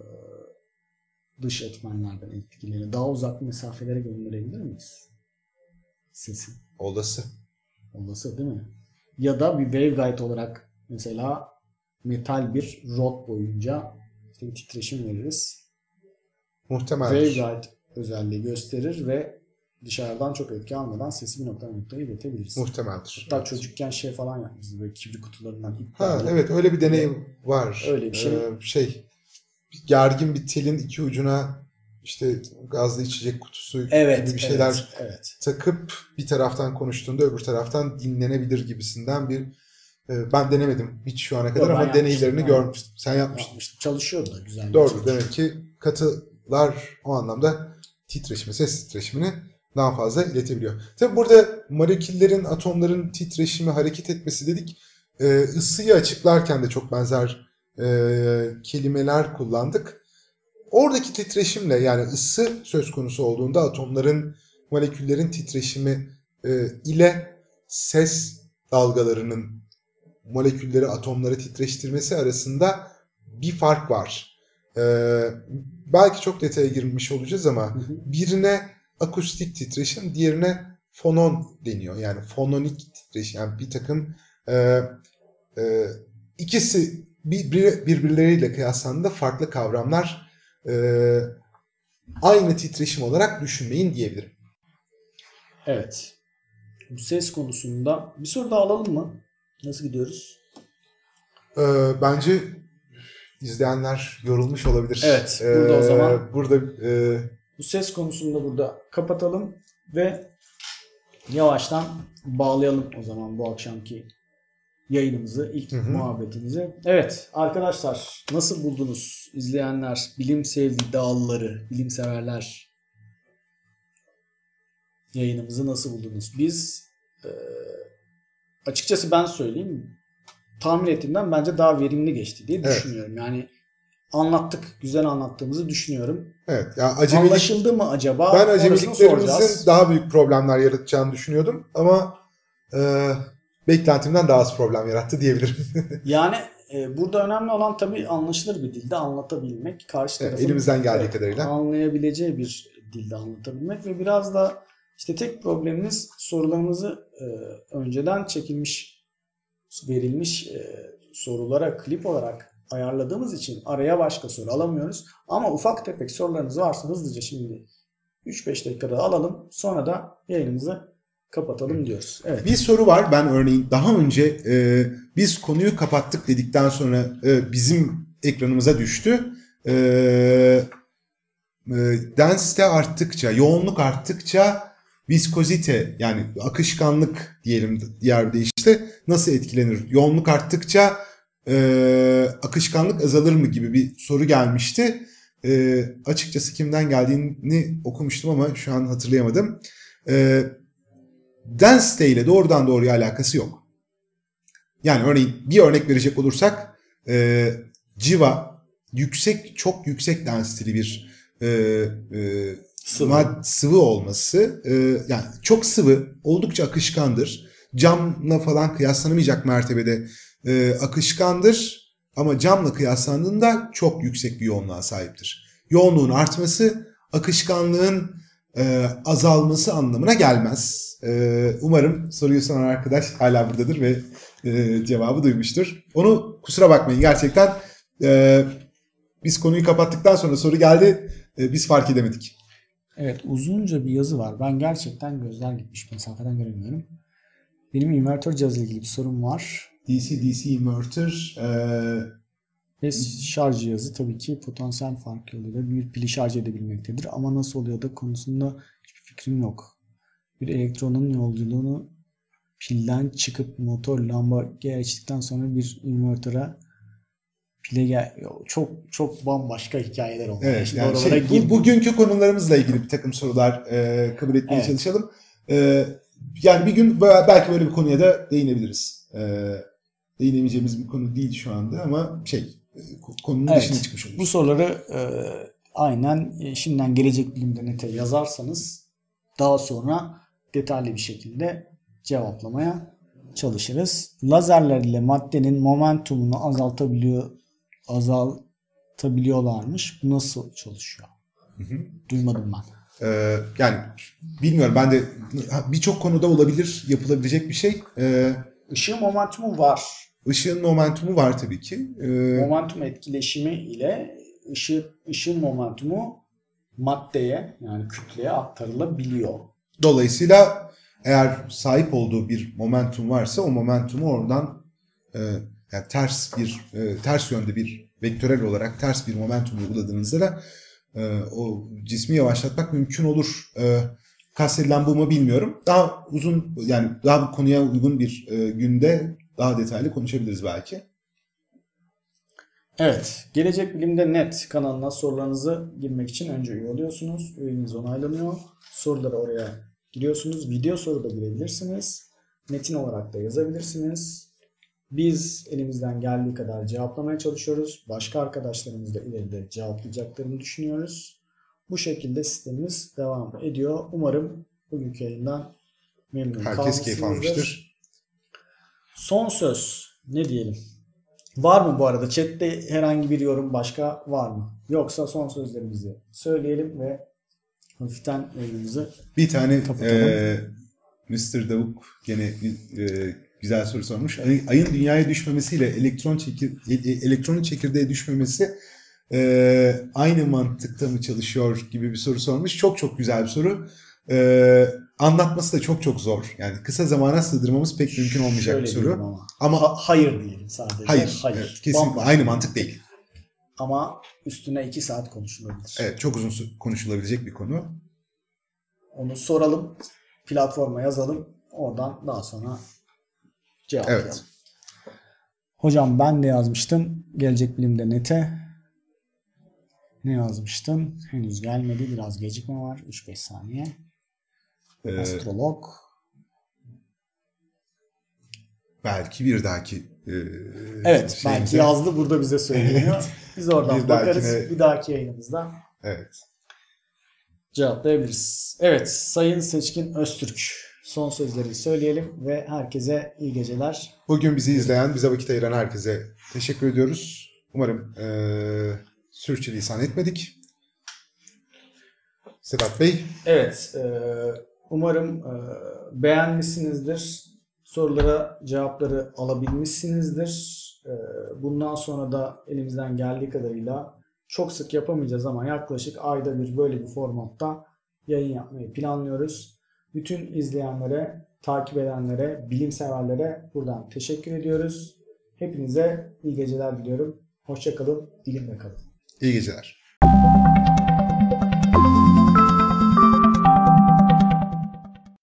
dış etmenlerden etkileri, daha uzak mesafelere gönderebilir miyiz sesi? Olası. Olası değil mi? Ya da bir waveguide olarak mesela metal bir rod boyunca işte bir titreşim veririz. Muhtemeldir. Waveguide özelliği gösterir ve dışarıdan çok etki almadan sesi bir noktaya iletebiliriz. Muhtemeldir. Hatta çocukken şey falan yapmışız, böyle kibrit kutularından ip. Evet, öyle bir deneyim var. Öyle bir şey. Gergin bir telin iki ucuna işte gazlı içecek kutusu gibi bir şeyler takıp bir taraftan konuştuğunda öbür taraftan dinlenebilir gibisinden bir ben denemedim hiç şu ana kadar ama deneylerini görmüştüm. Sen yapmıştın. Çalışıyordu da güzel. Doğru. Demek ki katılar o anlamda ses titreşimini daha fazla iletebiliyor. Tabi burada moleküllerin, atomların titreşimi, hareket etmesi dedik. Isıyı açıklarken de çok benzer kelimeler kullandık. Oradaki titreşimle, yani ısı söz konusu olduğunda atomların, moleküllerin titreşimi ile ses dalgalarının molekülleri, atomları titreştirmesi arasında bir fark var. Belki çok detaya girmiş olacağız ama birine akustik titreşim, diğerine fonon deniyor. Yani fononik titreşim. Yani bir takım ikisi birbirleriyle kıyaslandığında farklı kavramlar, aynı titreşim olarak düşünmeyin diyebilirim. Evet. Bu ses konusunda bir soru daha alalım mı? Nasıl gidiyoruz? Bence izleyenler yorulmuş olabilir. Evet, burada o zaman burada bu ses konusunda burada kapatalım ve yavaştan bağlayalım o zaman bu akşamki yayınımızı, ilk muhabbetimizi. Evet arkadaşlar, nasıl buldunuz izleyenler, bilim sevdalıları, bilimseverler, yayınımızı nasıl buldunuz? Biz açıkçası ben söyleyeyim, tahmin ettiğimden bence daha verimli geçti diye düşünüyorum. Yani anlattık, güzel anlattığımızı düşünüyorum. evet, ya Anlaşıldı mı acaba? Ben Orasını acemiliklerimizin soracağız. daha büyük problemler yaratacağını düşünüyordum ama beklentimden daha az problem yarattı diyebilirim. Yani burada önemli olan tabii anlaşılır bir dilde anlatabilmek. Karşı tarafın elimizden geldiği kadarıyla anlayabileceği bir dilde anlatabilmek ve biraz da işte tek problemimiz sorularımızı önceden çekilmiş, verilmiş sorulara klip olarak ayarladığımız için araya başka soru alamıyoruz. Ama ufak tefek sorularınız varsa hızlıca şimdi 3-5 dakikada alalım. Sonra da yayınımızı kapatalım diyoruz. Evet. Bir soru var. Ben örneğin daha önce biz konuyu kapattık dedikten sonra bizim ekranımıza düştü. Densite arttıkça, yoğunluk arttıkça viskozite, yani akışkanlık diyelim diğer bir deyişle, nasıl etkilenir? Yoğunluk arttıkça akışkanlık azalır mı gibi bir soru gelmişti. Açıkçası kimden geldiğini okumuştum ama şu an hatırlayamadım. Densite ile doğrudan doğruya alakası yok. Yani örneğin bir örnek verecek olursak civa çok yüksek densiteli bir sıvı olması, yani çok sıvı, oldukça akışkandır. Camla falan kıyaslanamayacak mertebede akışkandır ama camla kıyaslandığında çok yüksek bir yoğunluğa sahiptir. Yoğunluğun artması akışkanlığın azalması anlamına gelmez. Umarım soruyu soran arkadaş hala buradadır ve cevabı duymuştur. Onu kusura bakmayın, gerçekten biz konuyu kapattıktan sonra soru geldi, biz fark edemedik. Evet, uzunca bir yazı var. Ben gerçekten gözler gitmiş, mesafeden göremiyorum. Benim invertör cihazıyla ilgili bir sorum var. DC inverter Ve şarj cihazı tabii ki potansiyel fark yoluyla bir pili şarj edebilmektedir. Ama nasıl oluyor da konusunda hiçbir fikrim yok. Bir elektronun yolculuğunu pilden çıkıp motor lamba geçtikten sonra bir invertöre pile çok bambaşka hikayeler oldu. Evet, yani bugünkü konularımızla ilgili bir takım sorular kabul etmeye çalışalım. Yani bir gün belki böyle bir konuya da değinebiliriz. Değinemeyeceğimiz bir konu değil şu anda ama konunun dışına çıkmış oluruz. Bu soruları aynen şimdiden Gelecek Bilim'de nete yazarsanız daha sonra detaylı bir şekilde cevaplamaya çalışırız. Lazerler ile maddenin momentumunu azaltabiliyorlarmış. Bu nasıl çalışıyor? Duymadım ben. Yani bilmiyorum, ben de birçok konuda olabilir, yapılabilecek bir şey. Işığın momentumu var. Işığın momentumu var tabii ki. Momentum etkileşimi ile ışığın momentumu maddeye, yani kütleye aktarılabiliyor. Dolayısıyla eğer sahip olduğu bir momentum varsa o momentumu oradan yani ters yönde bir vektörel olarak ters bir momentum uyguladığınızda da o cismi yavaşlatmak mümkün olur. Kastedilen bu mu bilmiyorum. Daha uzun, yani daha bu konuya uygun bir günde daha detaylı konuşabiliriz belki. Evet. Gelecek Bilim'de Net kanalına sorularınızı girmek için önce üye oluyorsunuz. Üyeniz onaylanıyor. Soruları oraya giriyorsunuz. Video soru da girebilirsiniz. Metin olarak da yazabilirsiniz. Biz elimizden geldiği kadar cevaplamaya çalışıyoruz. Başka arkadaşlarımız da ileride cevaplayacaklarını düşünüyoruz. Bu şekilde sistemimiz devam ediyor. Umarım bugünkü yayından memnun kalmışsınızdır. Herkes keyif almıştır. Son söz ne diyelim? Var mı bu arada? Chat'te herhangi bir yorum başka var mı? Yoksa son sözlerimizi söyleyelim ve hafiften yayınımızı bir tane kapatalım. Mr. Davuk gene güzel soru sormuş. Ayın dünyaya düşmemesiyle elektronun çekirdeğe düşmemesi aynı mantıkta mı çalışıyor gibi bir soru sormuş. Çok çok güzel bir soru. Anlatması da çok çok zor. Yani kısa zamana sığdırmamız pek mümkün olmayacak Şöyle bir diyelim soru. ama hayır diyelim sadece. Hayır. Evet, kesinlikle Bambaşka. aynı mantık değil. Ama üstüne 2 saat konuşulabilir. Evet, çok uzun konuşulabilecek bir konu. Onu soralım, platforma yazalım. Oradan daha sonra cevaplayalım. Evet. Hocam ben de yazmıştım. Gelecek Bilim'de NET'e. Ne yazmıştım? Henüz gelmedi. Biraz gecikme var. 3-5 saniye. Astrolog. Belki bir dahaki Evet. şeyimize- Belki yazdı. Burada bize söyleniyor. Evet. Biz oradan Bir bakarız. dahakine- Bir dahaki yayınımızda Evet. cevaplayabiliriz. Evet. Sayın Seçkin Öztürk. Son sözleri söyleyelim ve herkese iyi geceler. Bugün bizi izleyen, bize vakit ayıran herkese teşekkür ediyoruz. Umarım sürçülisan etmedik. Sedat Bey. Evet. Umarım beğenmişsinizdir. Sorulara cevapları alabilmişsinizdir. Bundan sonra da elimizden geldiği kadarıyla çok sık yapamayacağız ama yaklaşık ayda bir böyle bir formatta yayın yapmayı planlıyoruz. Bütün izleyenlere, takip edenlere, bilimseverlere buradan teşekkür ediyoruz. Hepinize iyi geceler diliyorum. Hoşça kalın, bilimle kalın. İyi geceler.